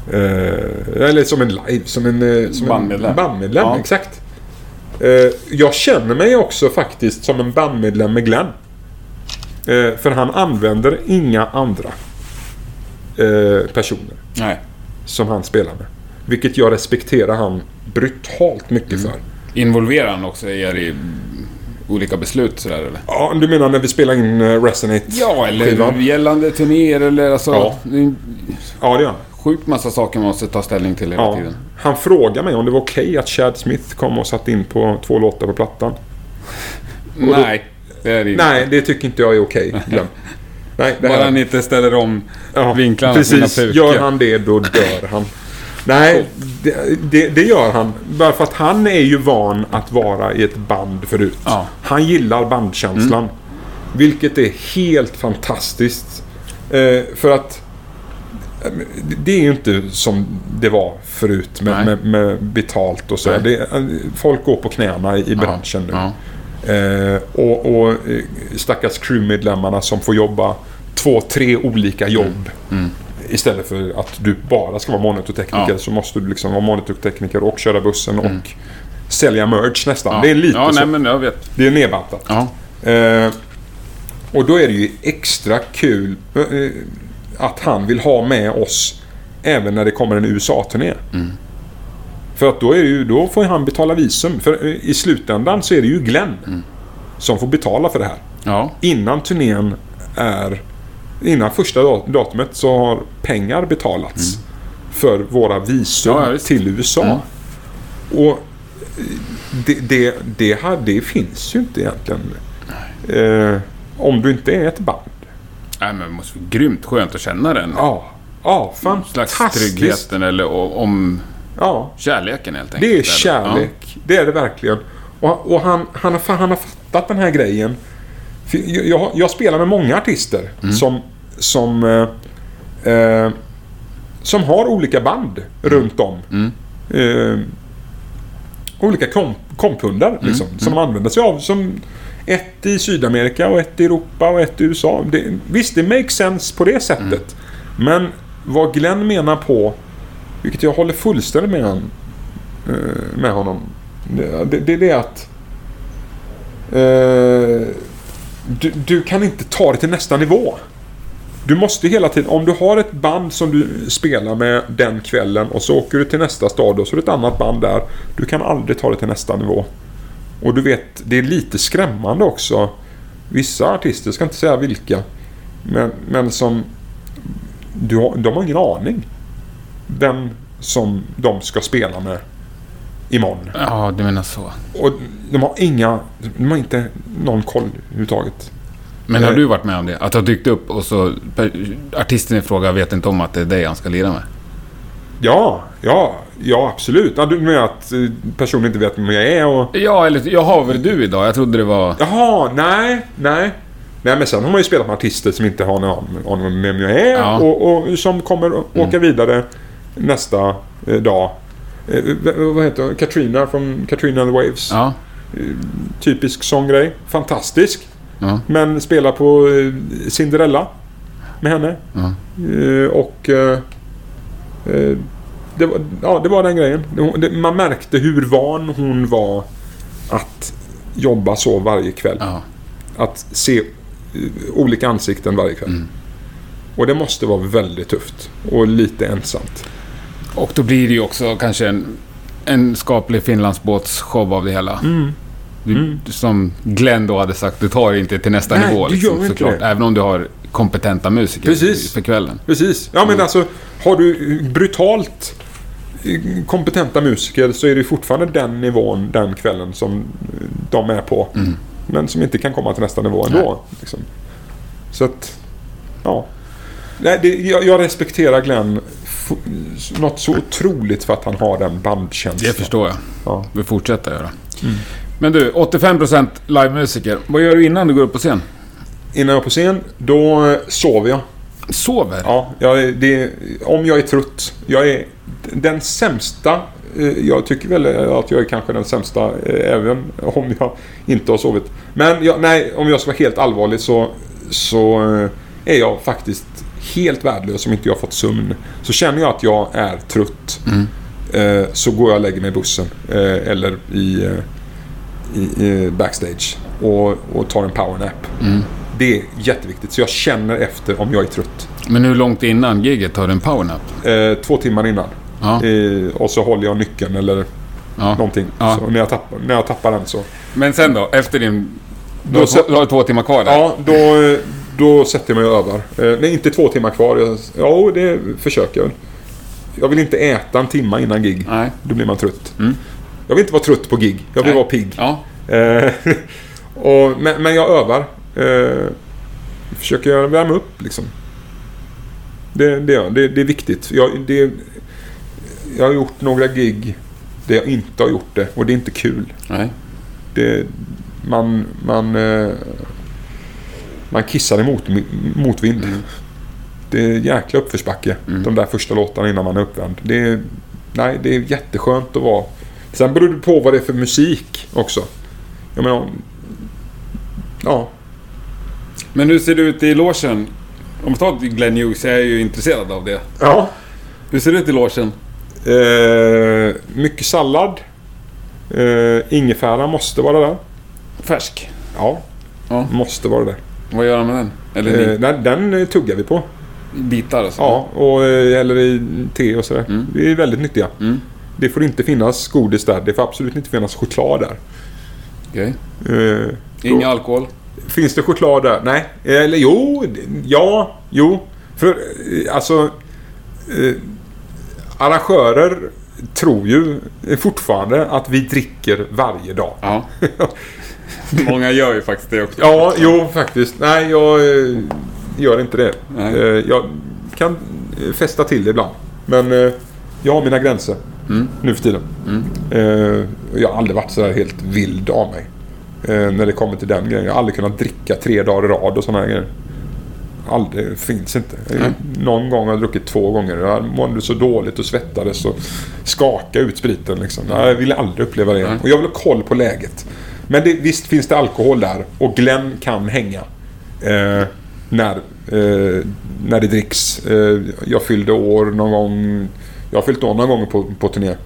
Eller som en live, som en bandmedlem, ja. Exakt. Jag känner mig också faktiskt som en bandmedlem med Glenn. För han använder inga andra personer. Nej. Som han spelar med. Vilket jag respekterar han brutalt mycket för. Involverar han också i olika beslut sådär, eller? Ja, du menar när vi spelar in Resonate? Ja, eller gällande turnéer eller alltså... Ja, det gör han. Sjukt massa saker man måste ta ställning till hela tiden. Han frågade mig om det var okej att Chad Smith kom och satt in på 2 låtar på plattan. Nej, det är det inte. Nej, det tycker inte jag är okej. Nej, bara han inte ställer om vinklarna. Precis, gör han det, då dör han. Nej, det gör han. Bara för att han är ju van att vara i ett band förut. Ja. Han gillar bandkänslan. Vilket är helt fantastiskt. För att det är ju inte som det var förut med betalt och så. Folk går på knäna i branschen nu. Ja. Och stackars crewmedlemmarna som får jobba 2-3 olika jobb. Istället för att du bara ska vara monitortekniker, så måste du liksom vara monitortekniker och köra bussen och sälja merch nästan. Det är lite så. Nej, men jag vet. Det är nedbantat. Ja. Och då är det ju extra kul att han vill ha med oss även när det kommer en USA-turné. För att då får han betala visum. För i slutändan så är det ju Glenn som får betala för det här. Ja. Innan turnén innan första datumet så har pengar betalats för våra visum till USA. Och det finns ju inte egentligen. Om du inte är ett band. Nej, men det måste vara grymt skönt att känna den. Ja, fantastiskt. Slags tryggheten eller om kärleken helt enkelt. Det är kärlek. Det är det verkligen. Och han har fattat den här grejen. Jag spelar med många artister som har olika band runt om. Olika komphundar liksom, som de använder sig av, som ett i Sydamerika och ett i Europa och ett i USA. Visst, det makes sense på det sättet. Men vad Glenn menar på, vilket jag håller fullständigt med honom, det är att du kan inte ta det till nästa nivå. Du måste hela tiden, om du har ett band som du spelar med den kvällen och så åker du till nästa stad och så är det ett annat band där, du kan aldrig ta det till nästa nivå. Och du vet, det är lite skrämmande också. Vissa artister, ska inte säga vilka, men som de har ingen aning vem som de ska spela med imorgon. Ja, du menar så. Och de har inte någon koll överhuvudtaget. Men har du varit med om det? Att du har dykt upp och så artisten i fråga vet inte om att det är dig han ska lira med? Ja, absolut. Ja, du menar att personen inte vet vem jag är och... Ja, eller jag har väl du idag? Jag trodde det var... Jaha, nej, men sen har man ju spelat med artister som inte har någon aning om vem jag är och som kommer åka vidare nästa dag. Vad heter det? Katrina från Katrina and the Waves. Ja. Typisk sånggrej. Fantastisk. Ja. Men spelar på Cinderella med henne. Ja. Det var den grejen. Man märkte hur van hon var att jobba så varje kväll. Ja. Att se olika ansikten varje kväll. Och det måste vara väldigt tufft och lite ensamt. Och då blir det ju också kanske en skaplig Finlandsbåtsshow av det hela. Som Glenn då hade sagt, du tar inte till nästa nivå liksom, såklart. Även om du har kompetenta musiker för kvällen. Precis. Ja, men alltså, har du brutalt kompetenta musiker så är det fortfarande den nivån den kvällen som de är på. Men som inte kan komma till nästa nivå ändå. Liksom. Så att, ja. Jag respekterar Glenn något så otroligt för att han har den bandkänslan. Det förstår jag. Ja. Vi fortsätter göra. Men du, 85% livemusiker. Vad gör du innan du går upp på scen? Innan jag är på scen, då sover jag. Sover? Ja, om jag är trött. Jag är den sämsta. Jag tycker väl att jag är kanske den sämsta även om jag inte har sovit. Men om jag ska vara helt allvarlig så är jag faktiskt helt värdelös om inte jag har fått sömn. Så känner jag att jag är trött, så går jag och lägger mig i bussen eller i backstage och tar en powernap. Det är jätteviktigt, så jag känner efter om jag är trött. Men hur långt innan giget tar du en powernap? 2 timmar innan. Ja. Och så håller jag nyckeln eller någonting. Ja. Så när jag tappar den så. Men sen då, efter din... Då har du 2 timmar kvar där? Ja, då sätter jag mig över. Nej, inte 2 timmar kvar. Ja, det försöker jag. Jag vill inte äta en timme innan gig. Nej. Då blir man trött. Jag vill inte vara trött på gig. Jag vill vara pigg. Ja. Men jag övar. Försöker värma upp liksom. Det är viktigt. Jag har gjort några gig där jag inte har gjort det. Och det är inte kul. Nej. Man kissar i motvind. Det är jäkla uppförsbacke. De där första låtarna innan man är uppvärmd. Det är jätteskönt att vara. Sen beror det på vad det är för musik också. Jag menar, ja. Men hur ser det ut i logen? Om vi tar Glenn Hughes, jag är ju intresserad av det. Ja. Hur ser det ut i logen? Mycket sallad. Ingefära måste vara där. Färsk? Ja. Måste vara det. Vad gör han med den? Eller den tuggar vi på. Bitar och så? Ja, eller i te och sådär. Det är väldigt nyttiga. Det får inte finnas godis där. Det får absolut inte finnas choklad där. Okej. Ingen alkohol? Finns det choklad där? Nej. Eller jo. För alltså arrangörer tror ju fortfarande att vi dricker varje dag. Ja. Många gör ju faktiskt det också. Ja, jo faktiskt. Nej, jag gör inte det. Jag kan festa till det ibland. Men jag har mina gränser nu för tiden. Jag har aldrig varit så där helt vild av mig. När det kommer till den grejen. Jag har aldrig kunnat dricka 3 dagar i rad och sådana här grejer. Aldrig, finns inte. Någon gång har jag druckit 2 gånger. Jag mådde så dåligt och svettades och skaka ut spriten liksom. Jag ville aldrig uppleva det. Och jag vill ha koll på läget. Men visst finns det alkohol där. Och Glenn kan hänga när det dricks. Jag fyllde år någon gång. Jag har fyllt år någon gång på turné.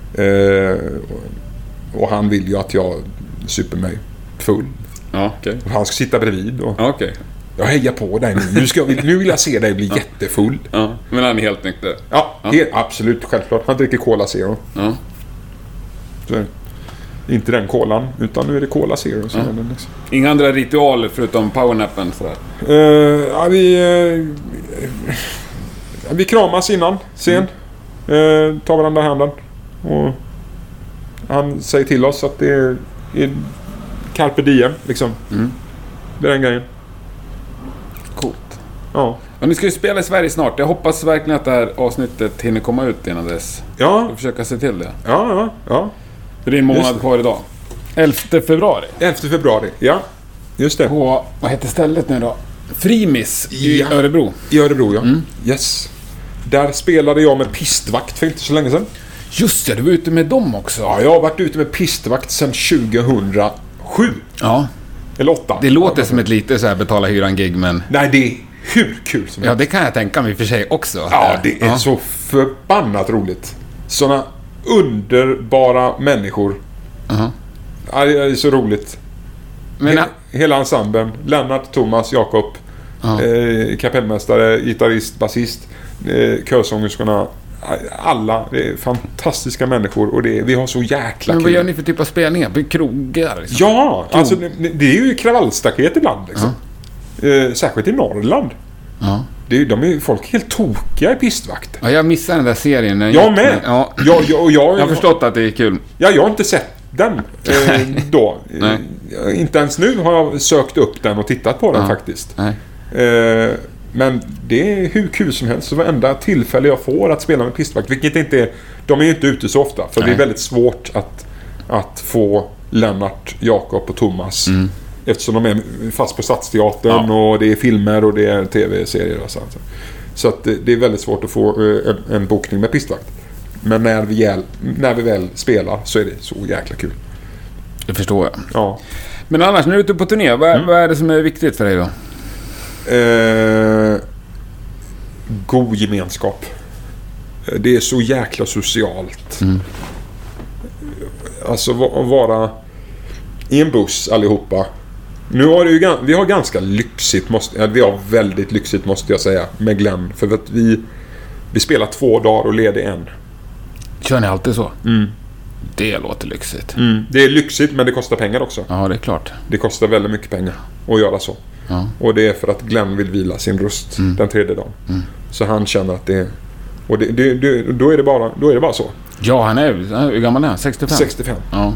Och han vill ju att jag super mig full. Ja, okay. Han ska sitta bredvid. Och okay. Jag hejar på dig nu. Nu vill jag se dig bli jättefull. Ja, men han är helt nykter. Ja. Absolut, självklart. Han dricker Cola Zero. Ja. Så, inte den kolan, utan nu är det Cola Zero. Så liksom. Inga andra ritualer förutom powernappen sådär? Vi kramas innan scen. Tar varandra handen. Och han säger till oss att det är carpe diem liksom. Det är den grejen. Coolt. Ja. Och ni ska ju spela i Sverige snart. Jag hoppas verkligen att det här avsnittet hinner komma ut innan dess. Ja. Jag försöka se till det. Ja. För det är en månad kvar idag. 11 februari. 11 februari, ja. Just det. På, vad heter stället nu då? Frimis i Örebro. I Örebro, ja. Yes. Där spelade jag med Pistvakt för inte så länge sedan. Just det, du var ute med dem också. Ja, jag har varit ute med Pistvakt sedan 2007. Ja. Eller 8. Det låter som ett lite så här betala hyran gig, men... Nej, det är hur kul som helst. Ja, det kan jag tänka mig för sig också. Ja, det är så förbannat roligt. Såna underbara människor. Ja, det är så roligt. Men hela ensemblen. Lennart, Thomas, Jakob. Kapellmästare, gitarrist, basist. Körsångerskorna. Alla, det är fantastiska människor och vi har så jäkla kul. Men vad gör ni för typ av spelningar? På krogar? Liksom? Ja, alltså det är ju kravallstaket ibland liksom. Särskilt i Norrland. Folk är helt tokiga i Pistvakt. Ja, jag missade den där serien. Jag med. Ja. Jag har förstått att det är kul. Ja, jag har inte sett den då. Inte ens nu har jag sökt upp den och tittat på den faktiskt. Nej. Men det är hur kul som helst. Så varenda tillfälle jag får att spela med Pistvakt, vilket inte är... De är ju inte ute så ofta. För det är väldigt svårt att få Lennart, Jakob och Thomas. Eftersom de är fast på Stadsteatern och det är filmer och det är tv-serier och sånt. Så att det är väldigt svårt att få en bokning med Pistvakt. Men när vi väl spelar så är det så jäkla kul. Det förstår jag. Ja. Men annars, när du är ute på turné, vad är det som är viktigt för dig då? god gemenskap. Det är så jäkla socialt. Alltså vara i en buss allihopa. Nu har det ju, vi har ganska lyxigt, vi har väldigt lyxigt måste jag säga, med Glenn. För att vi spelar 2 dagar och leder en. Kör ni alltid så? Det låter lyxigt. Det är lyxigt, men det kostar pengar också. Ja, det är klart. Det kostar väldigt mycket pengar att göra så. Ja. Och det är för att Glenn vill vila sin röst den 3:e dagen. Så han känner att det... Och då är det bara så. Ja, hur gammal är han? 65? 65. Ja.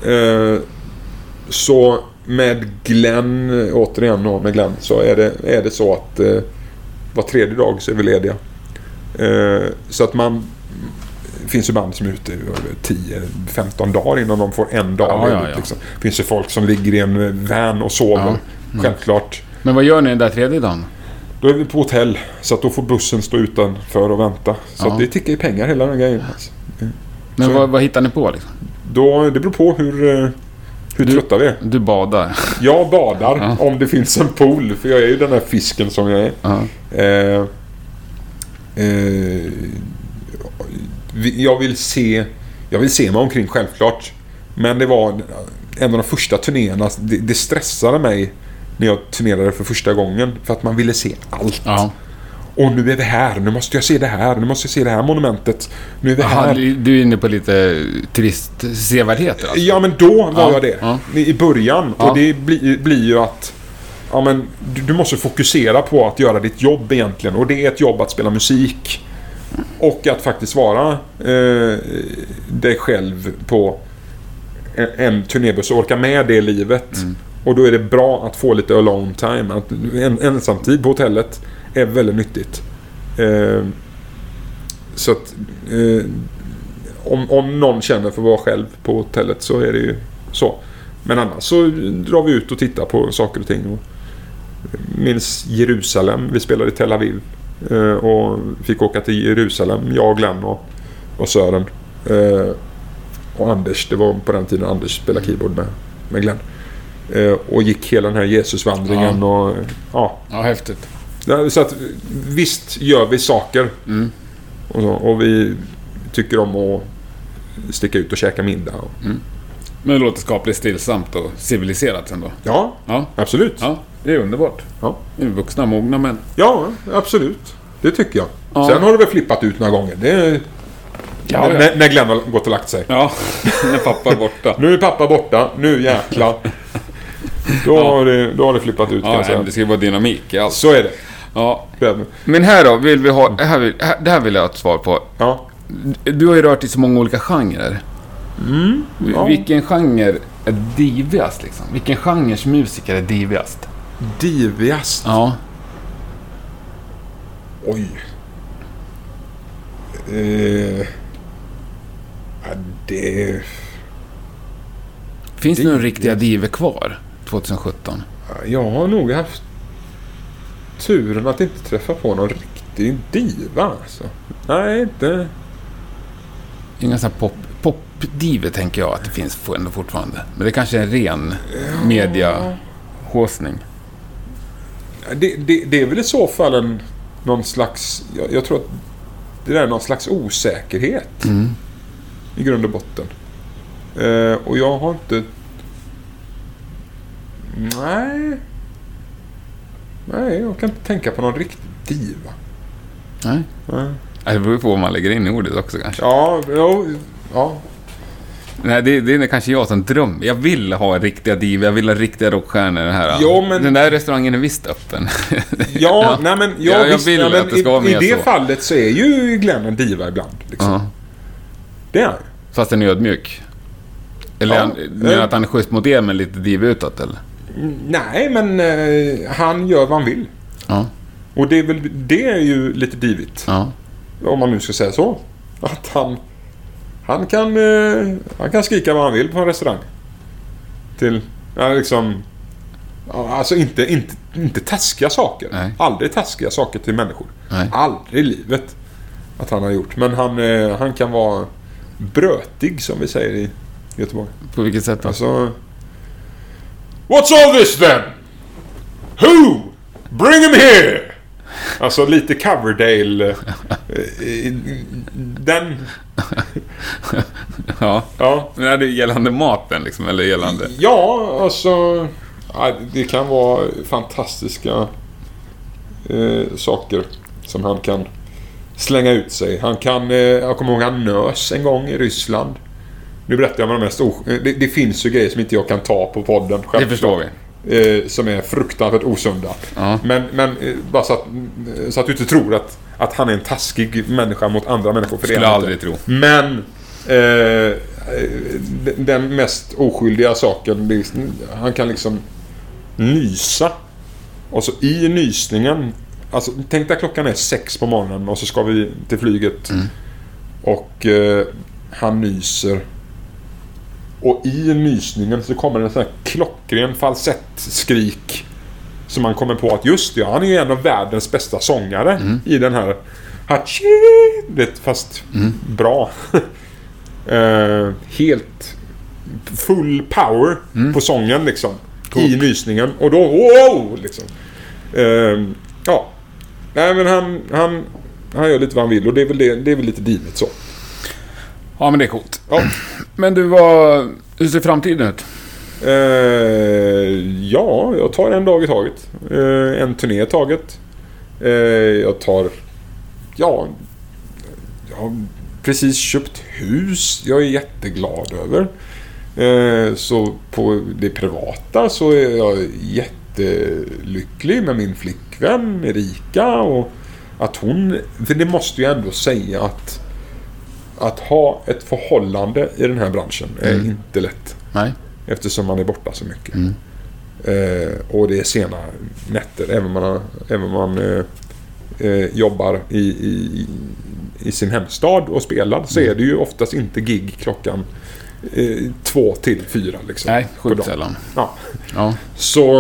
Så med Glenn, återigen då, med Glenn, så är det så att var 3:e dag så är vi lediga. Så att det finns ju band som är ute 10-15 dagar innan de får en dag. Ja. Liksom. Det finns ju folk som ligger i en van och sover. Självklart. Men vad gör ni den där 3:e dagen? Då är vi på hotell, så att då får bussen stå utanför och vänta. Så att det tickar i pengar hela den grejen. Alltså. Men vad hittar ni på liksom? Det beror på hur trötta vi är. Du badar? Jag badar om det finns en pool. För jag är ju den här fisken som jag är. Jag vill se mig omkring självklart. Men det var en av de första turnéerna. Det stressade mig när jag turnerade för första gången. För att man ville se allt. Ja. Och nu är vi här. Nu måste jag se det här. Nu måste jag se det här monumentet. Nu är vi här. Du är inne på lite turistsevärdheter alltså. Ja, men då var jag det. Ja. I början. Ja. Och det blir ju att du måste fokusera på att göra ditt jobb egentligen. Och det är ett jobb att spela musik. Och att faktiskt vara dig själv på en turnébuss och orka med det livet. Och då är det bra att få lite alone time. Att en ensamtid på hotellet är väldigt nyttigt. Så att om någon känner för att vara själv på hotellet så är det ju så. Men annars så drar vi ut och tittar på saker och ting. Och minns Jerusalem. Vi spelade i Tel Aviv. Och fick åka till Jerusalem. Jag, Glenn och Sören. Och Anders. Det var på den tiden Anders spelade keyboard med Glenn. Och gick hela den här Jesusvandringen. Ja, häftigt. Så att visst gör vi saker. Och vi tycker om att sticka ut och käka middag. Men det låter skapligt stillsamt och civiliserat ändå. Ja, absolut. Ja, det är underbart. Ja. Vi är vuxna, mogna män. Ja, absolut. Det tycker jag. Ja. Sen har det väl flippat ut några gånger. När Glenn har gått och lagt sig. Ja, när pappa är borta. Nu är pappa borta. Nu jäklar. Då har det flippat ut, kan jag säga. Det ska vara dynamik i allt. Så är det. Ja. Men här då, vill vi ha... Det här vill jag ha ett svar på. Ja. Du har ju rört i så många olika genrer. Vilken genre är divigast liksom? Vilken genres musiker är divigast? Divigast? Ja. Oj. Det... Finns det några riktiga diver kvar 2017? Jag har nog haft turen att inte träffa på någon riktig diva alltså. Nej, inte. Inga sån här popdiver tänker jag att det finns ändå fortfarande. Men det kanske är en ren mediahåsning. Det är väl i så fall någon slags... Jag tror att det där är någon slags osäkerhet i grund och botten. Och jag har inte... Nej, jag kan inte tänka på någon riktig diva. Nej. Det beror på vad man lägger in i ordet också kanske. Ja. Nej, det är kanske jag som dröm. Jag vill ha riktiga diva. Jag vill ha riktiga rockstjärnor här. Ja, men... Den där restaurangen är visst öppen. Ja, nej men... Jag vill att det ska vara mer i det fallet så är ju Glenn en diva ibland. Liksom. Det är han. Fast den är ödmjuk. Eller menar att han är schysst mot er men lite diva utåt, eller? Nej, men han gör vad han vill. Ja. Och det är ju lite divigt. Ja. Om man nu ska säga så. Att han kan skrika vad han vill på en restaurang. Till liksom... Alltså inte taskiga saker. Nej. Aldrig taskiga saker till människor. Nej. Aldrig i livet att han har gjort. Men han kan vara brötig, som vi säger i Göteborg. På vilket sätt då? Alltså... What's all this then? Who? Bring him here! Alltså lite Coverdale. Den... Ja. Men är det gällande maten liksom, eller gällande? Ja, alltså... Det kan vara fantastiska saker som han kan slänga ut sig. Han kan... jag kommer ihåg han nös en gång i Ryssland. Nu berättar jag om de mest... Det finns ju grejer som inte jag kan ta på podden. Det förstår vi. Som är fruktansvärt osunda. Men bara så att du inte tror att han är en taskig människa mot andra människor. För skulle det aldrig tro. Men den mest oskyldiga saken, han kan liksom nysa. Och så i nysningen, alltså tänk dig klockan är 6 på morgonen och så ska vi till flyget. Och han nyser. Och i nysningen så kommer det en sån här klockren falsettskrik som man kommer på att just det, han är ju en av världens bästa sångare i den här Hachi, det fast bra. Helt full power på sången liksom. Cool. I nysningen och då wow liksom. Ja. Nej, men han gör lite vad han vill och det är väl lite divigt så. Ja, men det är coolt. Ja. Men hur ser framtiden ut? Ja, jag tar en dag i taget. En turné i taget. Jag har precis köpt hus. Jag är jätteglad över. Så på det privata så är jag jättelycklig med min flickvän Erika. Och att hon... För det måste ju ändå säga att ha ett förhållande i den här branschen är inte lätt. Nej. Eftersom man är borta så mycket. Och det är sena nätter. Även om man jobbar i sin hemstad och spelar så är det ju oftast inte gig klockan 2 till 4 liksom. Nej, sjukt sällan. Ja. Så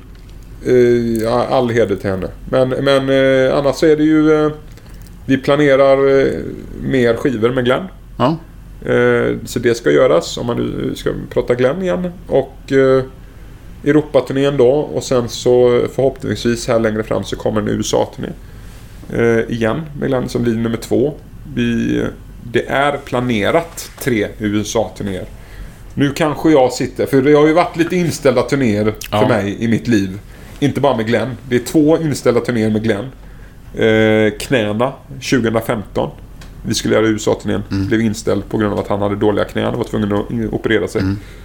all heder till henne. Men annars så är det ju vi planerar mer skivor med Glenn. Ja. Så det ska göras om man nu ska prata Glenn igen. Och Europaturnén då. Och sen så förhoppningsvis här längre fram så kommer en USA-turné igen med Glenn som blir nummer 2. Det är planerat 3 USA-turnéer. Nu kanske jag sitter, för det har ju varit lite inställda turnéer för mig i mitt liv. Inte bara med Glenn. Det är 2 inställda turnéer med Glenn. Knäna 2015. Vi skulle göra USA-turnén. Blev inställd på grund av att han hade dåliga knän och var tvungen att operera sig.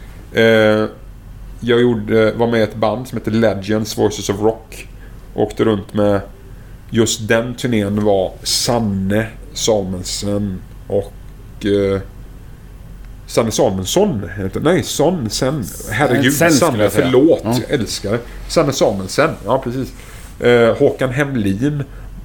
Jag var med i ett band som heter Legends Voices of Rock. Åkte runt med... Just den turnén var Sanne Salmensen och... Sanne Salmensson heter. Nej, Sen. Herregud, Sanne, förlåt. Jag älskar det. Sanne Salmensen, ja precis. Håkan Hemlin.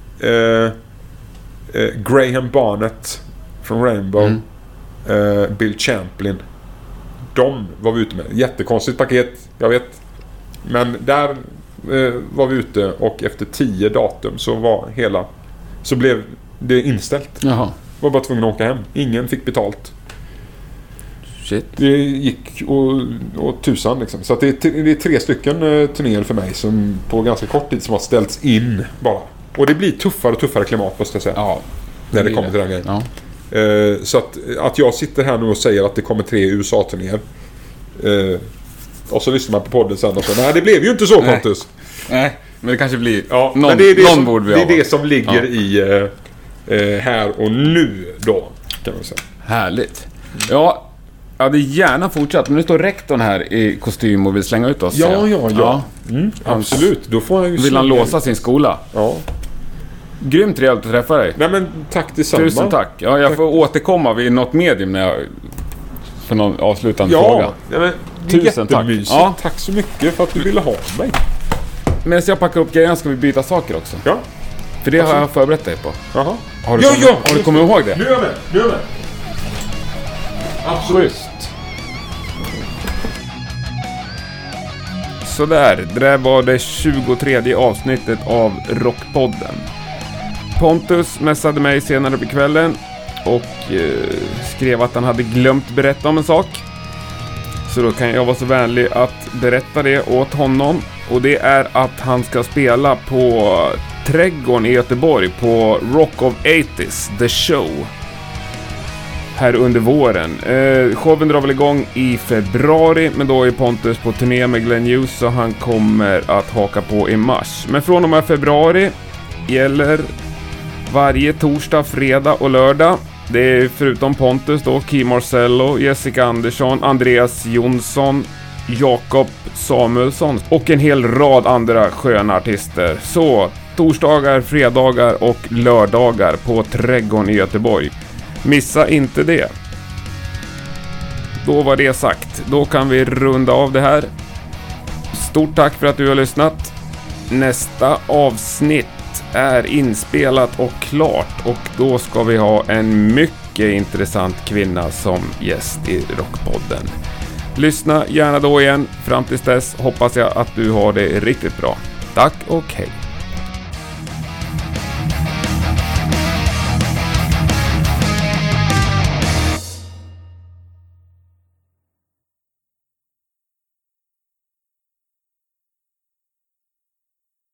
Graham Barnett från Rainbow. Bill Champlin. De var vi ute med. Jättekonstigt paket, jag vet. Men där var vi ute och efter 10 datum så blev det inställt. Jaha. Var bara tvungen att åka hem. Ingen fick betalt. Shit. Det gick och tusan liksom. Så att det är 3 stycken turnéer för mig som på ganska kort tid som har ställts in bara. Och det blir tuffare och tuffare klimat måste jag säga. Ja. När det kommer till den grejen. Ja. Så att jag sitter här nu och säger att det kommer 3 USA-turnéer. Och så lyssnar man på podden sen och så. Nej, det blev ju inte så, Pontus. Nej, men det kanske blir någon bord vi har. Det är det som ligger i här och nu då, kan man säga. Härligt. Ja, jag hade gärna fortsatt, men nu står rektorn här i kostym och vill slänga ut oss. Ja. Absolut. Då får han ju vill han låsa sin skola. Ja. Grymt trevligt att träffa dig. Nej, men tack tillsammans. Tusen tack. Ja, jag får återkomma vid något medium när jag för någon avslutande fråga. Ja, men tusen tack. Ja. Tack så mycket för att du ville ha mig. Men jag packar upp grejerna ska vi byta saker också. Ja. För det har jag förberett dig på. Jaha. Har du kommit ihåg det? Nu är jag med. Absolut. Sådär, det där var det 23:e avsnittet av Rockpodden. Pontus messade mig senare på kvällen och skrev att han hade glömt berätta om en sak. Så då kan jag vara så vänlig att berätta det åt honom. Och det är att han ska spela på Trädgården i Göteborg på Rock of 80s, The Show. Här under våren. Showen drar väl igång i februari, men då är Pontus på turné med Glenn Hughes så han kommer att haka på i mars. Men från och med februari gäller varje torsdag, fredag och lördag. Det är förutom Pontus då Key Marcello, Jessica Andersson, Andreas Jonsson, Jakob Samuelsson och en hel rad andra sköna artister. Så torsdagar, fredagar och lördagar på Trädgården i Göteborg. Missa inte det. Då var det sagt. Då kan vi runda av det här. Stort tack för att du har lyssnat. Nästa avsnitt är inspelat och klart och då ska vi ha en mycket intressant kvinna som gäst i Rockpodden. Lyssna gärna då igen. Fram tills dess hoppas jag att du har det riktigt bra. Tack och hej.